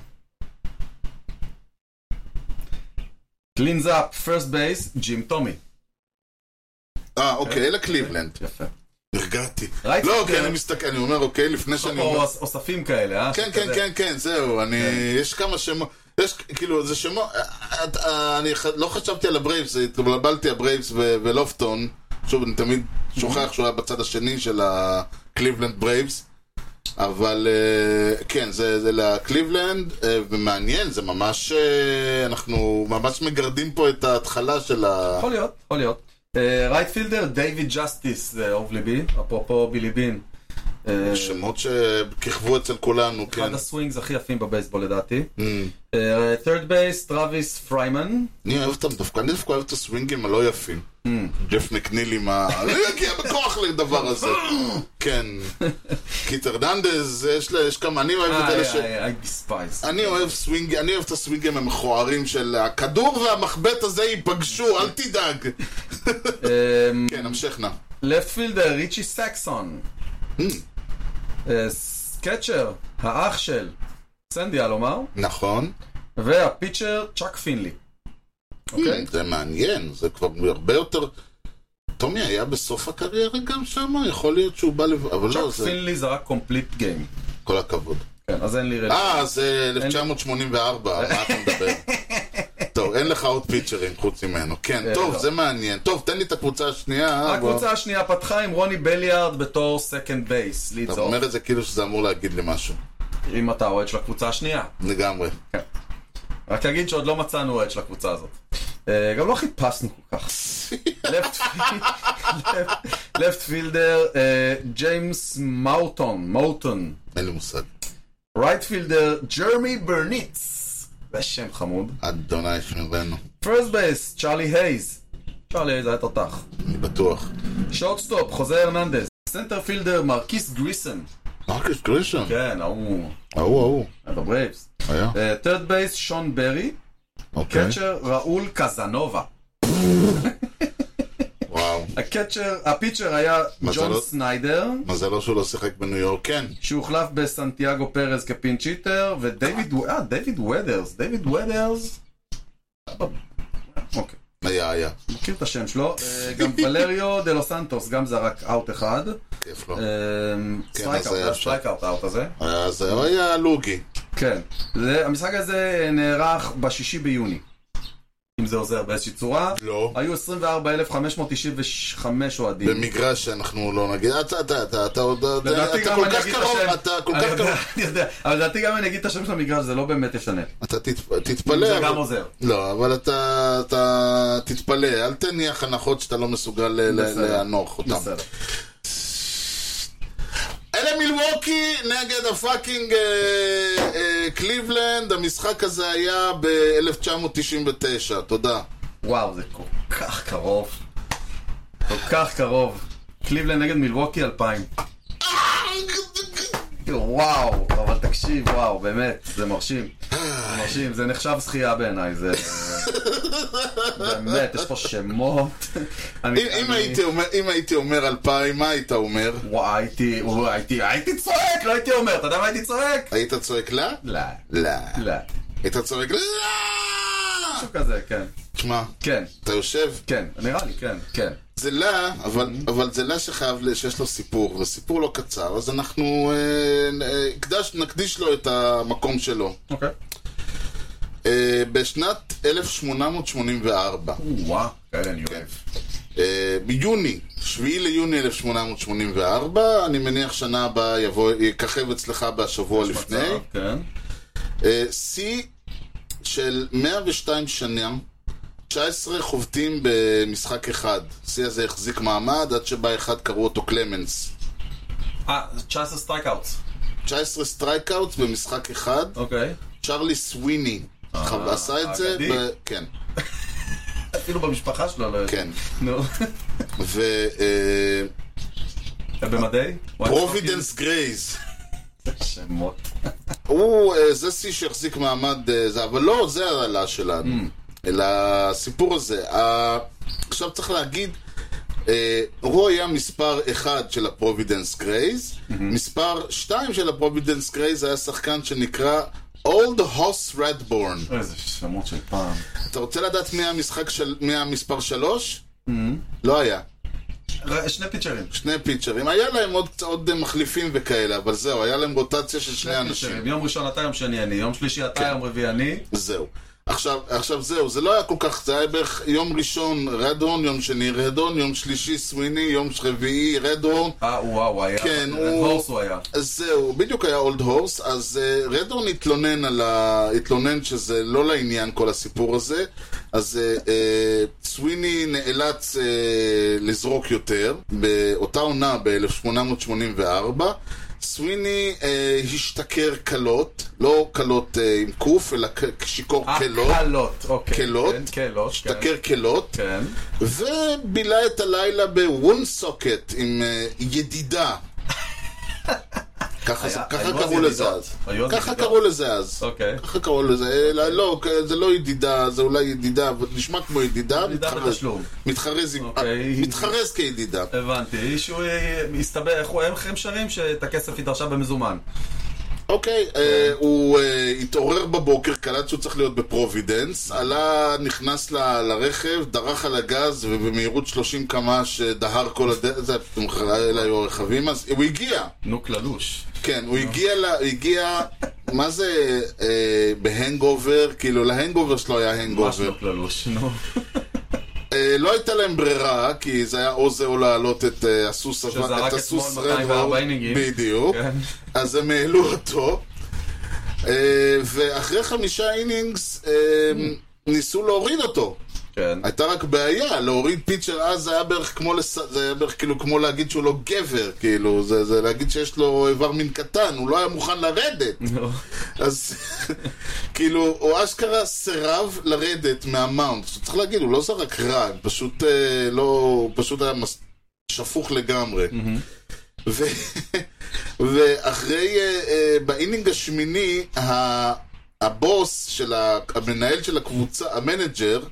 קלינזאפ, פרסט בייס, ג'ים טומי. אוקיי, אלה קליבלנד. יפה. הרגעתי. לא, כן, אני מסתכל, אני אומר, אוקיי, לפני שאני אומר... אוספים כאלה, אה? כן, זהו, יש כמה שמות, יש, כאילו, זה שמות, אני לא חשבתי על הברייבס, התבלבלתי הברייבס ולופטון, שוב, אני תמיד שוכח שהוא היה בצד השני של הקליבלנד ברייבס, אבל כן, זה לקליבלנד, ומעניין, זה ממש, אנחנו ממש מגרדים פה את ההתחלה של יכול להיות. רייטפילדר, דיוויד ג'סטיס, זה אהוב ליבי, אפרופו בילי בין. שמות שכיכבו אצל כולנו, כן. אחד הסווינגס הכי יפים בבייסבול לדעתי. third base, טרוויס פריימן. אני דווקא אוהב את הסווינגים הלא יפים. ג'ף מקנילי, לא יגיע בכוח לדבר הזה. כן. קיט הרננדז, יש כמה, אני אוהב את אלה ש... אני אוהב את הסווינגים המכוערים של הכדור והמחבט הזה ייפגשו, אל תדאג. כן, המשך נע. לפילדר, ריצ'י סקסון. קצ'ר, האח של סנדי אלומר. נכון. והפיצ'ר צ'אק פינלי. זה מעניין, זה כבר הרבה יותר... טומי היה בסוף הקריירה גם שם, יכול להיות שהוא בא אבל צ'אק פינלי זה רק קומפליט גיים. כל הכבוד. כן, אז אין לי רצון. זה 1984, מה אתה מדבר? טוב, אין לך עוד פיצ'רים חוץ ממנו. כן, טוב, זה מעניין. טוב, תן לי את הקבוצה השנייה. הקבוצה השנייה פתחה עם רוני בליארד בתור סקנד בייס. אתה אומר את זה כאילו שזה אמור להגיד לי משהו. אם אתה אוהד של הקבוצה השנייה. לגמרי. כן. רק אגיד שעוד לא מצאנו אוהד של הקבוצה הזאת. גם לא חיפשנו כל כך. לפט פילדר, ג'יימס מוטון. אין לי מושג. רייט פילדר, ג'רמי ברניץ. זה שם חמוד. אדוני שמרנו. פרסט בייס, צ'ארלי הייז. צ'ארלי הייז היה תותח. אני בטוח. שורטסטופ, חוזה הרננדס. סנטר פילדר, מרקיס גריסם. מרקיס גריסם? כן, ההוא. היה בברייבס. היה. טרד בייס, שון ברי. קצ'ר, ראול קזנובה. וואו. הפיצ'ר היה ג'ון סניידר. מזלו שהוא לא שיחק בניו יורק, כן. שהוחלף בסנטיאגו פרז כפינץ' היטר, ודייוויד ווידרס. דייוויד ווידרס. אוקיי. היה. מכיר את השם שלו. גם ולריו דלו סנטוס, גם זה רק אאוט אחד. כיף לו. סטרייק אאוט האוט הזה. זה היה לוגי. כן. המשחק הזה נערך ב6 ביוני. אם זה עוזר באיזושהי צורה. לא. היו 24,595 אוהדים. במגרש שאנחנו לא נגיד. אתה עוד... אתה כל כך קרוב. אתה כל כך קרוב. אני יודע. אבל לדעתי גם אני אגיד את השם של המגרש, זה לא באמת ישנה. אתה תתפלא. זה גם עוזר. לא, אבל אתה תתפלא. אל תניח הנחות שאתה לא מסוגל להנוח אותם. בסדר. אלה מילווקי נגד הפאקינג קליבלנד. המשחק הזה היה ב-1999. תודה. וואו, זה כל כך קרוב. כל כך קרוב. קליבלנד נגד מילווקי 2000. וואו, אבל תקשיב, וואו, באמת, זה מרשים. זה מרשים, זה נחשב זכייה בעיניי, זה... באמת, יש פה שמות. אם הייתי אומר 2000, מה היית אומר? וואו, הייתי צועק, לא הייתי אומר, אתה יודע מה הייתי צועק? היית צועק לה? לא. לא. לא. היית צועק לה? משהו כזה, כן. תשמע, כן. אתה יושב? כן, נראה לי, כן, כן. זה לה, אבל זה לה שיש לו סיפור, וסיפור לא קצר, אז אנחנו נקדיש לו את המקום שלו. אוקיי. בשנת 1884. וואו, כאלה אני אוהב. ביוני, 7 ליוני 1884, אני מניח שנה הבאה יככב אצלך בשבוע לפני. כן. שיא של 102 שנה, 19 חובטים במשחק אחד. השיא הזה החזיק מעמד עד שבא אחד קראו אותו קלמנס. 19 סטרייקאוטס. 19 סטרייקאוטס במשחק אחד. אוקיי. צ'רלי סוויני עשה את זה. כן. אפילו במשפחה שלו. כן. נו. במדי? פרובידנס גרייז. שמות. זה שיא שהחזיק מעמד, אבל לא, זה העלה שלנו. אלא הסיפור הזה. עכשיו צריך להגיד, הוא היה מספר 1 של הפרובידנס גרייז. מספר 2 של הפרובידנס גרייז היה שחקן שנקרא Old Hoss Redborn. איזה שמות של פעם. אתה רוצה לדעת מי המספר 3? לא היה. שני פיצ'רים. היה להם עוד מחליפים וכאלה, אבל זהו, היה להם רוטציה של שני אנשים. יום ראשון אתה, יום שני אני, יום שלישי אתה, יום רביעי אני. זהו. עכשיו זהו, זה לא היה כל כך, זה היה בערך יום ראשון רדהורן, יום שני רדהורן, יום שלישי סוויני, יום רביעי רדהורן. וואו, היה. כן, הורס הוא היה. זהו, בדיוק היה אולד הורס, אז רדהורן התלונן שזה לא לעניין כל הסיפור הזה, אז סוויני נאלץ לזרוק יותר, באותה עונה ב-1884, סוויני השתכר קלות, לא קלות עם קוף, אלא שיקור קלות. קלות, אוקיי. קלות, השתכר קלות. כן. ובילה את הלילה בוואנסוקט עם ידידה. ככה קראו לזה אז. ככה קראו לזה אז. אוקיי. ככה קראו לזה. לא, זה לא ידידה, זה אולי ידידה, נשמע כמו ידידה. מתחרז כידידה. הבנתי. שהוא מסתבר, הם שרים שאת הכסף ידרשה במזומן. אוקיי, הוא התעורר בבוקר, קלט שהוא צריך להיות בפרובידנס, עלה, נכנס לרכב, דרך על הגז ובמהירות 30 קמ"ש דהר כל הדרך, אלה היו הרכבים, אז הוא הגיע. נו קללוש. כן, הוא הגיע, מה זה בהנגובר, כאילו להנגובר שלו היה הנגובר. ממש לא קללוש, נו. לא הייתה להם ברירה, כי זה היה או זה או להעלות את הסוס שזרק אתמול 240 נגיעים. בדיוק. אז הם העלו אותו. ואחרי 5 אינינגס ניסו להוריד אותו. כן. הייתה רק בעיה, להוריד פיצ'ר אז זה היה בערך כמו להגיד שהוא לא גבר, כאילו, זה להגיד שיש לו איבר מין קטן, הוא לא היה מוכן לרדת. אז כאילו, הוא אשכרה סירב לרדת מהמאונט. צריך להגיד, הוא לא זרק רע, פשוט היה שפוך לגמרי. ואחרי, באינינג השמיני, הבוס של המנהל של הקבוצה, המנג'ר,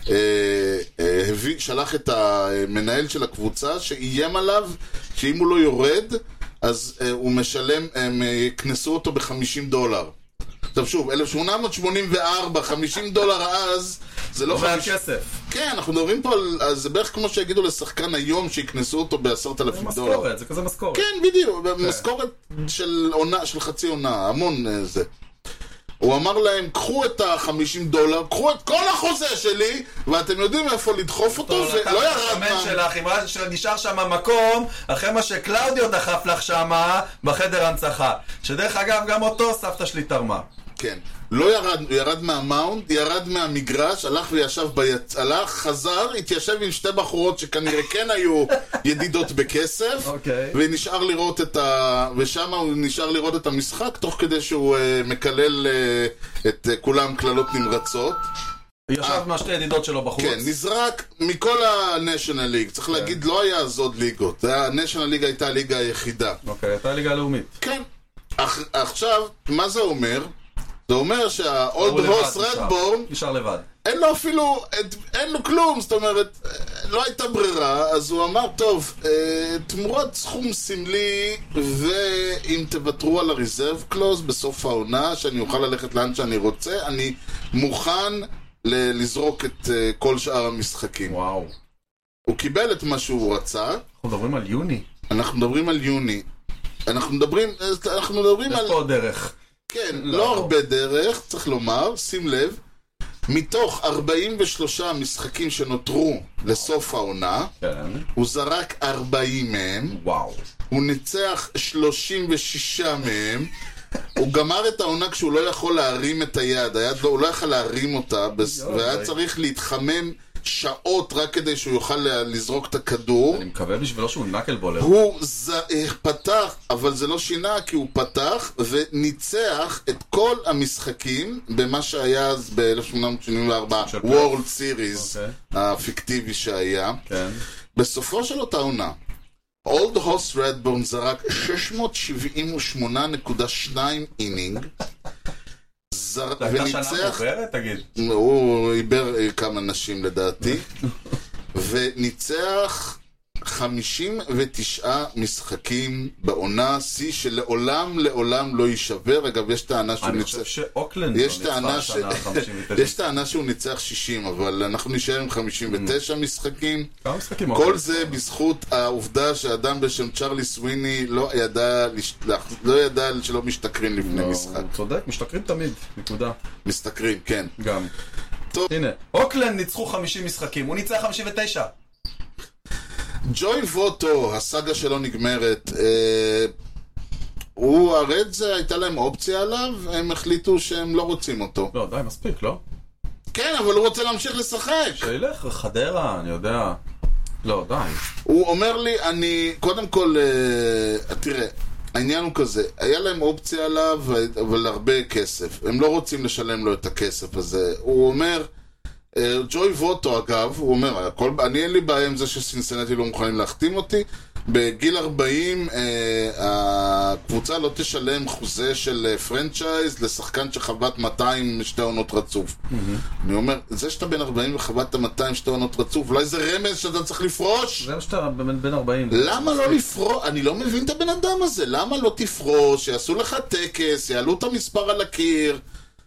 שלח את המנהל של הקבוצה שאיים עליו שאם הוא לא יורד אז הוא משלם, הם יקנסו אותו $50. עכשיו שוב, 1884, $50 אז זה לא כסף. כן, אנחנו מדברים פה על זה בערך כמו שיגידו לשחקן היום שיקנסו אותו $10,000. משכורת, זה כזה משכורת. כן, בדיוק, משכורת של חצי עונה, המון זה. הוא אמר להם, קחו את $50, קחו את כל החוזה שלי, ואתם יודעים איפה לדחוף אותו, ולא ירד מה... שלך, אם נשאר שם מקום, אחרי מה שקלאודיו דחף לך שם, בחדר הנצחה. שדרך אגב, גם אותו סבתא שלי תרמה. כן. לא ירד, הוא ירד מהמאונד, ירד מהמגרש, הלך וישב הלך, חזר, התיישב עם 2 בחורות שכנראה כן היו ידידות בכסף, ונשאר לראות ושם הוא נשאר לראות את המשחק, תוך כדי שהוא מקלל את כולם כללות נמרצות. ישב מהשתי ידידות שלו בחוץ. כן, נזרק מכל ה-National League, צריך להגיד, לא היה אז עוד ליגות, ה-National League הייתה הליגה היחידה. אוקיי, הייתה הליגה הלאומית. כן. עכשיו, מה זה אומר? זה אומר שהאולד הוס רדבורן נשאר לבד. אין לו כלום, זאת אומרת, לא הייתה ברירה, אז הוא אמר, טוב, תמורת סכום סמלי, ואם תוותרו על הריזרב קלוז בסוף העונה, שאני אוכל ללכת לאן שאני רוצה, אני מוכן לזרוק את כל שאר המשחקים. וואו. הוא קיבל את מה שהוא רצה. אנחנו מדברים על יוני. אנחנו מדברים על... יש פה דרך. כן, לא הרבה דרך, צריך לומר, שים לב, מתוך 43 משחקים שנותרו לסוף העונה, הוא זרק 40 מהם, הוא ניצח 36 מהם, הוא גמר את העונה כשהוא לא יכול להרים את היד, הוא לא יכול להרים אותה, והיה צריך להתחמם שעות רק כדי שהוא יוכל לזרוק את הכדור. אני מקווה בשבילו שהוא נקלבולר. הוא פתח, אבל זה לא שינה, כי הוא פתח וניצח את כל המשחקים במה שהיה אז ב-1874 World Series הפיקטיבי שהיה. בסופו של אותה עונה אולד הוס רדבורן זרק 678.2 אינינג, וניצח, הוא איבר כמה נשים לדעתי, וניצח 59 משחקים בעונה, שיא שלעולם לא יישבר. אגב, יש טענה שהוא ניצח, אני חושב שאוקלנד יש טענה שהוא ניצח 60, אבל אנחנו נשאר עם 59 משחקים. כל זה בזכות העובדה שאדם בשם צ'רלי סוויני לא ידע שלא משתכרים לפני משחק. צודק, משתכרים תמיד, נקודה. משתכרים, כן. גם. הנה, אוקלנד ניצחו 50 משחקים, הוא ניצח 59. ג'וי ווטו, הסאגה שלו נגמרת. הרדס הייתה להם אופציה עליו, הם החליטו שהם לא רוצים אותו. לא, די, מספיק, לא? כן, אבל הוא רוצה להמשיך לשחק. שילך, חדרה, אני יודע. לא, די. הוא אומר לי, קודם כל, תראה, העניין הוא כזה, היה להם אופציה עליו, אבל הרבה כסף. הם לא רוצים לשלם לו את הכסף הזה. הוא אומר... ג'וי ווטו אגב, הוא אומר, אני אין לי בעיה עם זה שסינסנטי לא מוכנים להחתים אותי, בגיל 40 הקבוצה לא תשלם חוזה של פרנצ'ייז לשחקן שחוות 200 שתי עונות רצוף. אני אומר, זה שאתה בן 40 וחוות 200 שתי עונות רצוף, אולי זה רמז שאתה צריך לפרוש? זה שאתה בן 40. למה לא לפרוש? אני לא מבין את הבן אדם הזה, למה לא תפרוש? יעשו לך טקס, יעלו את המספר על הקיר,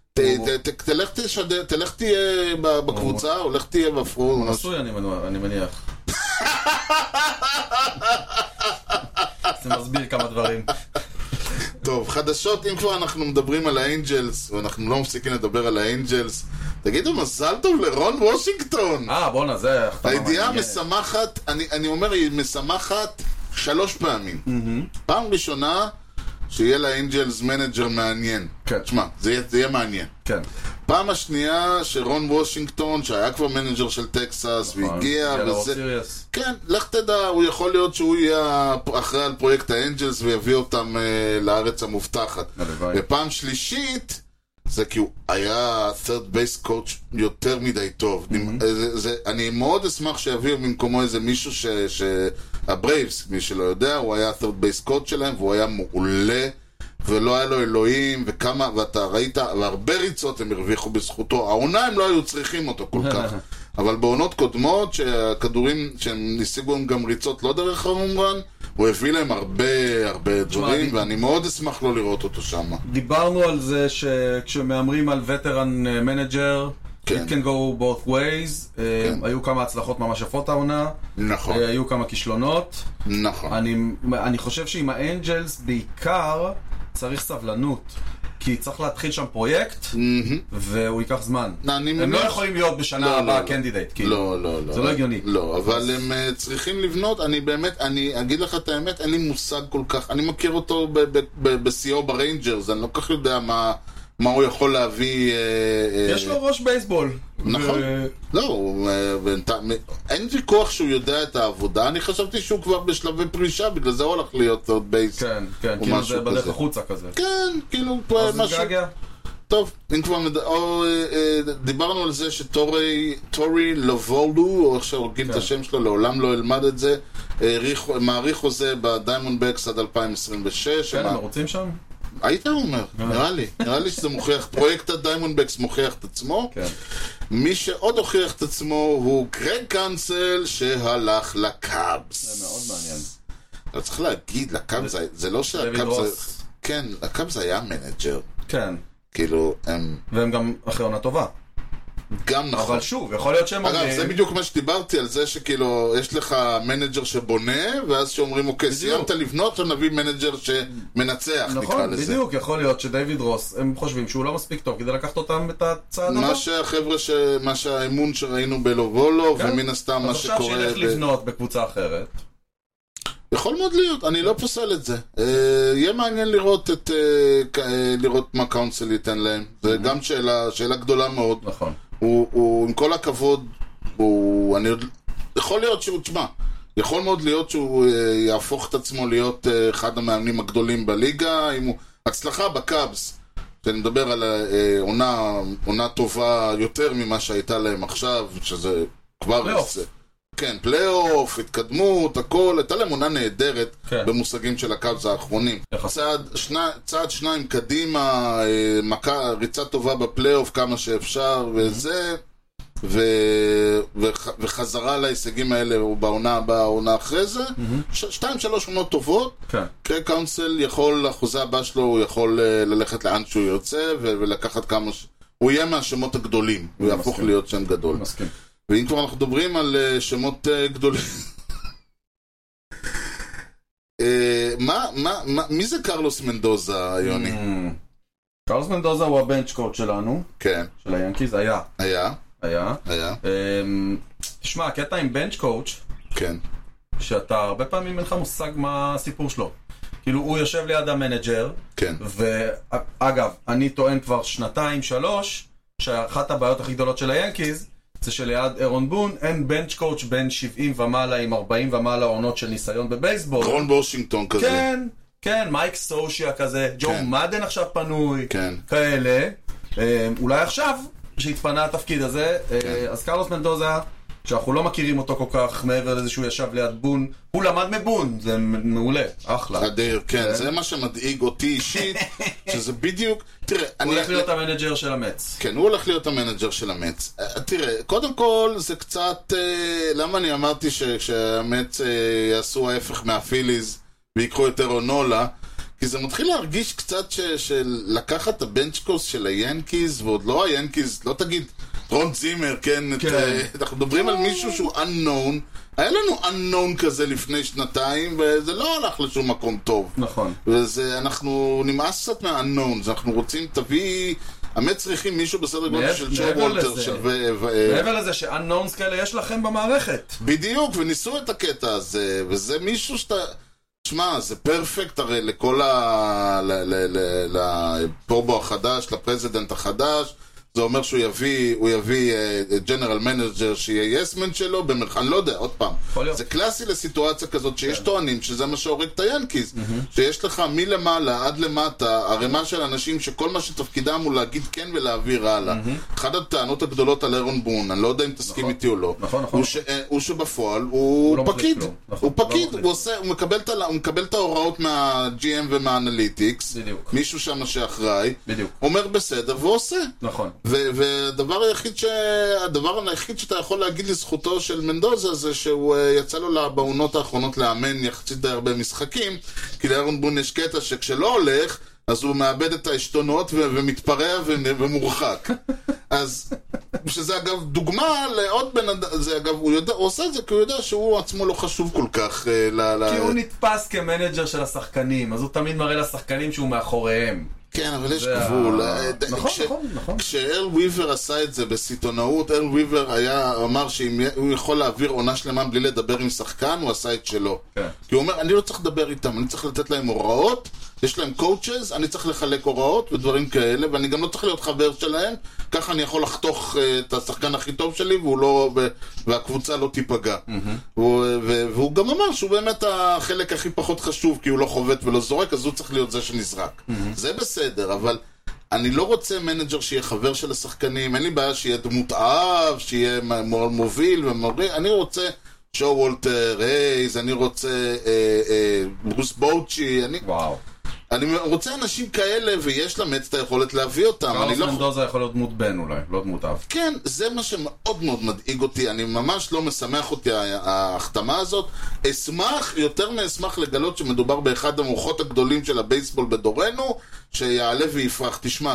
תלך תהיה בקבוצה, או לך תהיה בפרון. הוא נשוי, אני מניח. זה מסביר כמה דברים. טוב, חדשות, אם כבר אנחנו מדברים על האנג'לס, ואנחנו לא מפסיקים לדבר על האנג'לס, תגידו, מזל טוב לרון וושינגטון. בונה, זה... הידיעה משמחת, אני אומר, היא משמחת 3 פעמים. פעם ראשונה, שיהיה לאנג'לס מנג'ר מעניין. כן. תשמע, זה יהיה מעניין. כן. פעם השנייה שרון וושינגטון, שהיה כבר מנג'ר של טקסס, והגיע, וזה... כן, לך תדע, הוא יכול להיות שהוא יהיה אחראי על פרויקט האנג'לס, ויביא אותם לארץ המובטחת. ופעם שלישית, זה כי הוא היה third base coach יותר מדי טוב. אני מאוד אשמח שיביאו במקומו איזה מישהו שהברייבס, מי שלא יודע, הוא היה third base coach שלהם, והוא היה מעולה, ולא היה לו אלוהים, ואתה ראית, והרבה ריצות הם הרוויחו בזכותו. העונה הם לא היו צריכים אותו כל כך. אבל בעונות קודמות, שהכדורים, שהם השיגו הם גם ריצות לא דרך הרומרן, הוא הביא להם הרבה דברים, ואני מאוד אשמח לא לראות אותו שם. דיברנו על זה שכשמאמרים על וטרן מנג'ר, it can go both ways. היו כמה הצלחות ממש יפות העונה. נכון. היו כמה כישלונות. נכון. אני חושב שעם האנג'לס בעיקר צריך סבלנות. כי צריך להתחיל שם פרויקט, והוא ייקח זמן. הם לא יכולים להיות בשנה הבאה קנדידייט. לא. זה לא הגיוני. לא, אבל הם צריכים לבנות, אני אגיד לך את האמת, אין לי מושג כל כך, אני מכיר אותו בסיאו בריינג'רס, אני לא כך יודע מה הוא יכול להביא... יש לו ראש בייסבול. נכון. לא, אין ויכוח שהוא יודע את העבודה, אני חשבתי שהוא כבר בשלבי פרישה, בגלל זה הוא הולך להיות עוד בייס. כן, כאילו זה בדרך החוצה כזה. כן, כאילו משהו... טוב, אם כבר דיברנו על זה שטורי לובולדו, או איך שהורגים את השם שלו, לעולם לא אלמד את זה, מעריך חוזה בדיימונד בקס עד 2026. כן, הם רוצים שם? היית אומר, נראה לי שזה מוכיח, פרויקט הדיימונד בקס מוכיח את עצמו. מי שעוד הוכיח את עצמו הוא גרג קאנסל שהלך לקאבס. זה מאוד מעניין. אתה צריך להגיד, לקאבס, זה לא שהקאבס... כן, הקאבס היה מנג'ר. כן. כאילו, והם גם אחרי עונה טובה. גם נכון. אבל שוב, יכול להיות שהם... אגב, זה בדיוק מה שדיברתי על זה שכאילו, יש לך מנג'ר שבונה, ואז שאומרים, אוקיי, סיימת לבנות, או נביא מנג'ר שמנצח, נקרא נכון, לזה. בדיוק, יכול להיות שדייוויד רוס, הם חושבים שהוא לא מספיק טוב, כדי לקחת אותם את הצעד הבא. מה שהחבר'ה, מה שהאמון שראינו בלובולו, ומן הסתם מה שקורה... אז עכשיו שילך לבנות בקבוצה אחרת. יכול מאוד להיות, אני לא פוסל את זה. יהיה מעניין לראות מה קאונסל ייתן להם. זה גם שאלה גדולה מאוד. נכון. הוא עם כל הכבוד, יכול להיות שהוא, תשמע, יכול מאוד להיות שהוא יהפוך את עצמו להיות אחד המאמנים הגדולים בליגה, אם הוא הצלחה בקאבס, שאני מדבר על עונה טובה יותר ממה שהייתה להם עכשיו, שזה כבר... כן, פלייאוף, התקדמות, הכל, הייתה להם עונה נהדרת במושגים של הקאבס האחרונים. צעד שניים קדימה, ריצה טובה בפלייאוף כמה שאפשר, וזה, וחזרה להישגים האלה בעונה הבאה, העונה אחרי זה, 2-3 עונות טובות, קרייג קאונסל יכול, החוזה הבא שלו, הוא יכול ללכת לאן שהוא יוצא, ולקחת כמה, הוא יהיה מהשמות הגדולים, הוא יהפוך להיות שם גדול. מסכים. ואם כבר אנחנו מדברים על שמות גדולים, מי זה קרלוס מנדוזה, יוני? קרלוס מנדוזה הוא הבנץ' קוץ' שלנו, כן. של היאנקיז, היה. תשמע, הקטע עם בנץ' קוץ', כן. שאתה הרבה פעמים אין לך מושג מה הסיפור שלו. כאילו, הוא יושב ליד המנג'ר, כן. ואגב, אני טוען כבר 2-3, שאחת הבעיות הכי גדולות של היאנקיז, זה שליד אירון בון אין בנץ' קואוץ' בין 70 ומעלה עם 40 ומעלה עונות של ניסיון בבייסבול. רון וושינגטון כזה. כן, מייק סושיה כזה, ג'ו מדן עכשיו פנוי, כן. כאלה. אולי עכשיו, שהתפנה התפקיד הזה, אז קרלוס מנדוזה, שאנחנו לא מכירים אותו כל כך מעבר לזה שהוא ישב ליד בון, הוא למד מבון, זה מעולה, אחלה. אדיר, כן, זה מה שמדאיג אותי אישית, שזה בדיוק, תראה, הוא הולך להיות המנג'ר של המץ. כן, הוא הולך להיות המנג'ר של המץ. תראה, קודם כל זה קצת, למה אני אמרתי שהמץ יעשו ההפך מהפיליז ויקחו יותר אונולה, כי זה מתחיל להרגיש קצת שלקחת את הבנצ'קוס של היאנקיז, ועוד לא היאנקיז, לא תגיד רון זימר, כן, אנחנו מדברים על מישהו שהוא unknown, היה לנו unknown כזה לפני 2 וזה לא הלך לשום מקום טוב. נכון. וזה, אנחנו נמאס קצת מה-unknown, אנחנו רוצים, תביא, האמת צריכים מישהו בסדר גודל של ג'ו וולטר. מעבר לזה ש-unknowns כאלה יש לכם במערכת. בדיוק, וניסו את הקטע הזה, וזה מישהו תשמע, זה פרפקט הרי לכל לפורבו החדש, לפרזידנט החדש. זה אומר שהוא יביא ג'נרל מנג'ר שיהיה יסמן שלו, אני לא יודע, עוד פעם. זה קלאסי לסיטואציה כזאת שיש טוענים שזה מה שהורג את היאנקיז. שיש לך מלמעלה עד למטה הרמה של אנשים שכל מה שתפקידם הוא להגיד כן ולהעביר הלאה. אחת הטענות הגדולות על אירון בון, אני לא יודע אם תסכים איתי או לא, הוא שבפועל הוא פקיד. הוא פקיד, הוא מקבל את ההוראות מה-GM ומהאנליטיקס, מישהו שם שאחראי, אומר בסדר ועושה. נכון. והדבר היחיד שאתה יכול להגיד לזכותו של מנדוזה זה שהוא יצא לו בעונות האחרונות לאמן יחסית די הרבה משחקים, כי לאירון בון יש קטע שכשלא הולך אז הוא מאבד את העשתונות ומתפרע ומורחק. אז שזה אגב דוגמה לעוד בן אדם, זה אגב הוא עושה את זה כי הוא יודע שהוא עצמו לא חשוב כל כך כי הוא נתפס כמנג'ר של השחקנים, אז הוא תמיד מראה לשחקנים שהוא מאחוריהם. כן, אבל יש גבול. נכון. כשארל וויבר עשה את זה בסיטונאות, ארל וויבר אמר שאם הוא יכול להעביר עונה שלמה בלי לדבר עם שחקן, הוא עשה את שלו. כי הוא אומר, אני לא צריך לדבר איתם, אני צריך לתת להם הוראות, יש להם קואוצ'ז, אני צריך לחלק הוראות ודברים כאלה, ואני גם לא צריך להיות חבר שלהם, ככה אני יכול לחתוך את השחקן הכי טוב שלי, והקבוצה לא תיפגע. והוא גם אמר שהוא באמת החלק הכי פחות חשוב, כי הוא לא חובט ולא זורק, אז הוא צריך להיות זה שנזרק. זה בסדר, אבל אני לא רוצה מנג'ר שיהיה חבר של השחקנים, אין לי בעיה שיהיה דמות אב, שיהיה מוביל ומוריד, אני רוצה שואו וולטר הייז, אני רוצה ברוס בוצ'י, אני רוצה אנשים כאלה ויש למץ את היכולת להביא אותם. קרלוס מנדוזה יכול להיות דמות בן אולי, לא דמות אב. כן, זה מה שמאוד מאוד מדאיג אותי, אני ממש לא משמח אותי ההחתמה הזאת. יותר מאשמח לגלות שמדובר באחד המוחות הגדולים של הבייסבול בדורנו, שיעלה ויפרח. תשמע,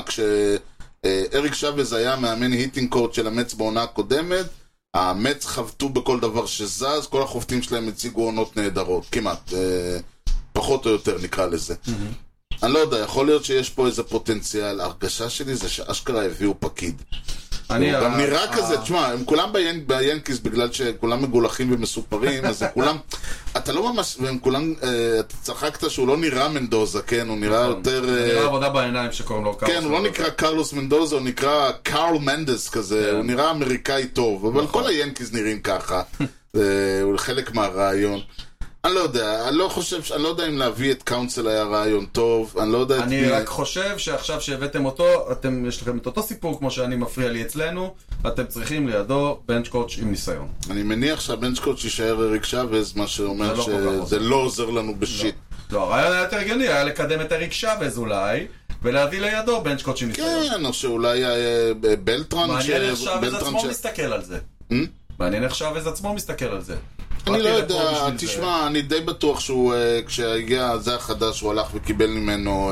כשאריק שבז היה מאמן היטינג קורט של המץ בעונה הקודמת, המץ חבטו בכל דבר שזז, כל החובטים שלהם הציגו עונות נהדרות, כמעט, פחות או יותר נקרא לזה. אני לא יודע, יכול להיות שיש פה איזה פוטנציאל. ההרגשה שלי זה שאשכרה הביאו פקיד. הוא גם נראה כזה, תשמע, הם כולם ביאנקיס בגלל שכולם מגולחים ומסופרים, אז כולם, אתה לא ממש, והם כולם, אתה צחקת שהוא לא נראה מנדוזה, כן, הוא נראה יותר... נראה עבודה בעיניים שקוראים לו קרלוס. כן, הוא לא נקרא קרלוס מנדוזה, הוא נקרא קארל מנדס כזה, הוא נראה אמריקאי טוב, אבל כל היאנקיס נראים ככה, הוא חלק מהרעיון. אני לא יודע, אני לא יודע אם להביא את קאונסל היה רעיון טוב, אני לא יודע... אני רק חושב שעכשיו שהבאתם אותו, יש לכם את אותו סיפור כמו שאני מפריע לי אצלנו, ואתם צריכים לידו בנץ' קואץ' עם ניסיון. אני מניח שהבנץ' קואץ' יישאר אריק שבז, מה שאומר שזה לא עוזר לנו בשיט. לא, הרעיון היה יותר הגיוני, היה לקדם את אריק שבז אולי, ולהביא לידו בנץ' קואץ' עם ניסיון. כן, או שאולי בלטרן... מעניין איך שבז עצמו מסתכל על זה. מעניין איך שבז עצמו מסתכל על זה. אני לא יודע, תשמע, אני די בטוח שהוא, כשהגיע זה החדש, הוא הלך וקיבל ממנו,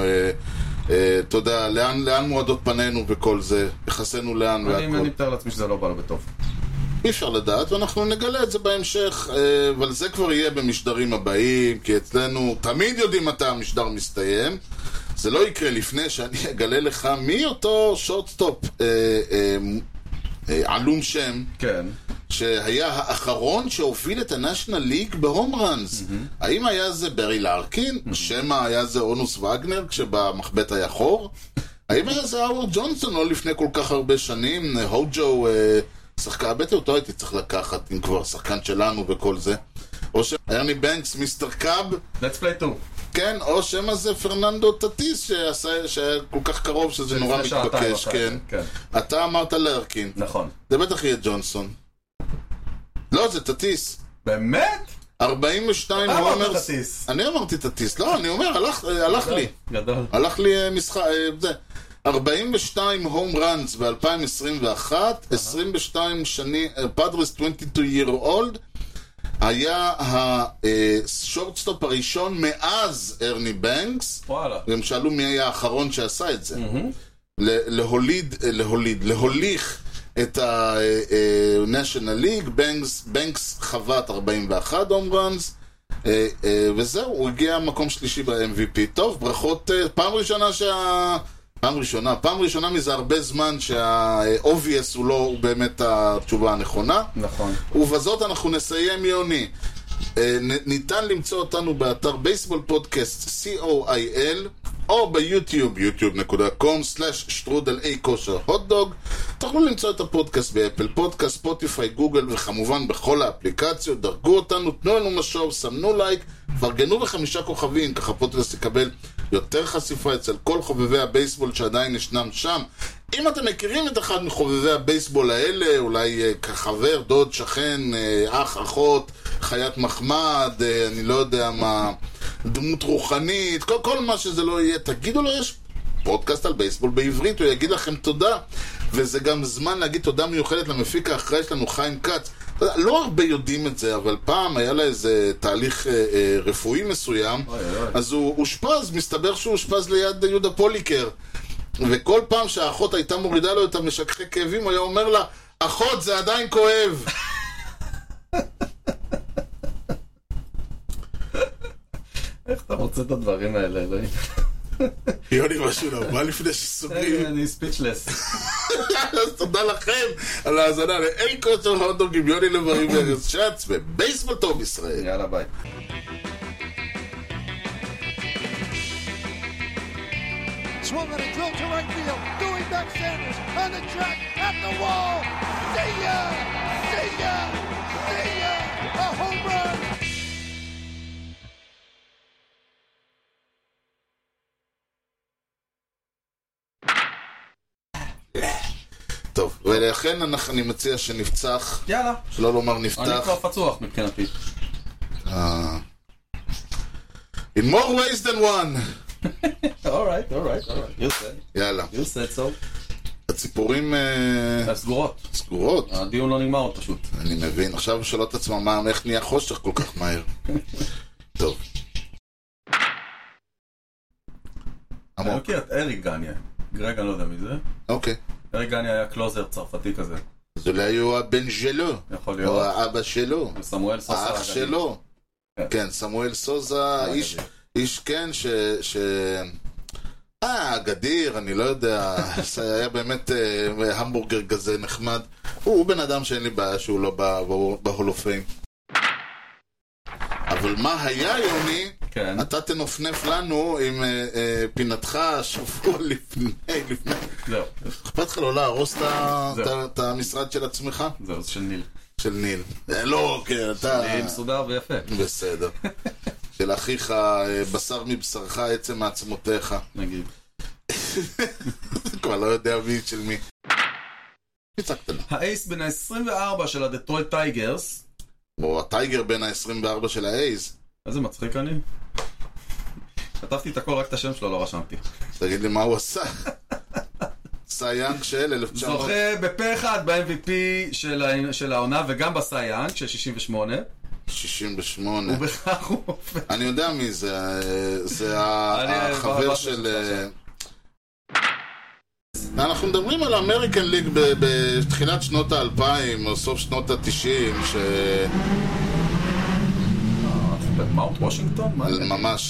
אתה יודע, לאן מועדות פנינו וכל זה, יחסנו לאן והכל. אני מתאר לעצמי שזה לא בא לו בטוב. אי אפשר לדעת, ואנחנו נגלה את זה בהמשך, אבל זה כבר יהיה במשדרים הבאים, כי אצלנו תמיד יודעים מתי המשדר מסתיים. זה לא יקרה לפני שאני אגלה לך מי אותו שורטסטופ עלום שם. כן. שהיה האחרון שהוביל את הנשיונל ליג בהום ראנס. האם היה זה ברי לארקין? שמא היה זה אונוס וגנר כשבמחבט היה חור? האם היה זה האוורד ג'ונסון לא לפני כל כך הרבה שנים? הוג'ו, שחקן, בטח אותו הייתי צריך לקחת אם כבר שחקן שלנו וכל זה. או שארני בנקס, מיסטר קאב. Let's play two. כן, או שמא זה פרננדו טטיס שהיה כל כך קרוב שזה נורא מתבקש. כן. אתה אמרת לארקין. נכון. זה בטח יהיה ג'ונסון. לא, זה טטיס. באמת? 42 הומרס. אני אמרתי טטיס. לא, אני אומר, הלך לי. גדול. הלך לי משחק, זה. 42 הום ראנס ב-2021, 22 שנים, פאדרס 22 year old, היה השורטסטופ הראשון מאז ארני בנקס. וואלה. הם שאלו מי היה האחרון שעשה את זה. להוליך את ה-National League, בנקס חוות 41 הום ראנס, וזהו, הוא הגיע מקום שלישי ב-MVP. טוב, ברכות, פעם ראשונה מזה הרבה זמן הוא באמת התשובה הנכונה. נכון. ובזאת אנחנו נסיים יוני. ניתן למצוא אותנו באתר בייסבול פודקאסט COIL או ביוטיוב, youtube.com/strudel_hotdog. תוכלו למצוא את הפודקאסט באפל פודקאסט, ספוטיפיי, גוגל וכמובן בכל האפליקציות. דרגו אותנו, תנו לנו משוב, סמנו לייק, פרגנו ב5 כוכבים, ככה הפודקאסט יקבל יותר חשיפה אצל כל חובבי הבייסבול שעדיין ישנם שם. אם אתם מכירים את אחד מחובבי הבייסבול האלה, אולי כחבר, דוד, שכן, אח, אחות, חיית מחמד, אני לא יודע מה, דמות רוחנית, כל מה שזה לא יהיה, תגידו לו, יש פודקאסט על בייסבול בעברית, הוא יגיד לכם תודה. וזה גם זמן להגיד תודה מיוחדת למפיק האחראי שלנו, חיים כץ. לא הרבה יודעים את זה, אבל פעם היה לה איזה תהליך רפואי מסוים, אז הוא אושפז, מסתבר שהוא אושפז ליד יהודה פוליקר, וכל פעם שהאחות הייתה מורידה לו את המשככי כאבים, הוא היה אומר לה, אחות, זה עדיין כואב. איך אתה מוצא את הדברים האלה, אלוהים? יוני משהו נורא לפני שסוגרים. אני ספיצ'לס. אז תודה לכם על ההאזנה לאי כושר הוטדוג עם יוני לב-ארי וארז שץ בבייסבול טוב ישראל. יאללה ביי. Swung on a drill to right field. Doing back Sanders on the track at the wall. See ya! See ya! See ya! A home run! טוב, ולכן אני מציע שנפצח. יאללה. שלא לומר נפתח. אני כבר פצוח מבחינתי. In more ways than one. alright. You said. יאללה. You said so. הציפורים סגורות. סגורות. הדיון לא נגמר עוד פשוט. אני מבין. עכשיו שאלות את עצמם איך נהיה חושך כל כך מהר. טוב. אני מכיר את אריק גניה. גרג אני לא יודע מי זה. אוקיי. אריק גניה היה קלוזר צרפתי כזה. זה אולי היו הבן שלו. יכול להיות. או האבא שלו. וסמואל סוסה. האח שלו. כן, סמואל סוזה, איש כן גדיר, אני לא יודע, זה היה באמת המבורגר כזה נחמד. הוא בן אדם שאין לי בעיה שהוא לא בהולופים. אבל מה היה, יוני? כן. אתה תנופנף לנו עם פינתך שבוע לפני. זהו. אכפת לך לא להרוס את המשרד של עצמך? זהו, זה של ניל. של ניל. לא, כן, אתה... ניל מסודר ויפה. בסדר. של אחיך, בשר מבשרך, עצם מעצמותיך. נגיד. כבר לא יודע מי של מי. האייס בין ה-24 של הדטרויט טייגרס. או הטייגר בין ה-24 של האייס. איזה מצחיק אני. כתבתי את הכל, רק את השם שלו לא רשמתי. תגיד לי מה הוא עשה. סייאנג של 1900. זוכה בפה אחד ב-MVP של העונה וגם בסייאנג של 68. 68. ובכך הוא הופך. אני יודע מי זה. זה החבר של... אנחנו מדברים על האמריקן ליג בתחילת שנות ה-2000 או סוף שנות ה-90 במאונט וושינגטון? ממש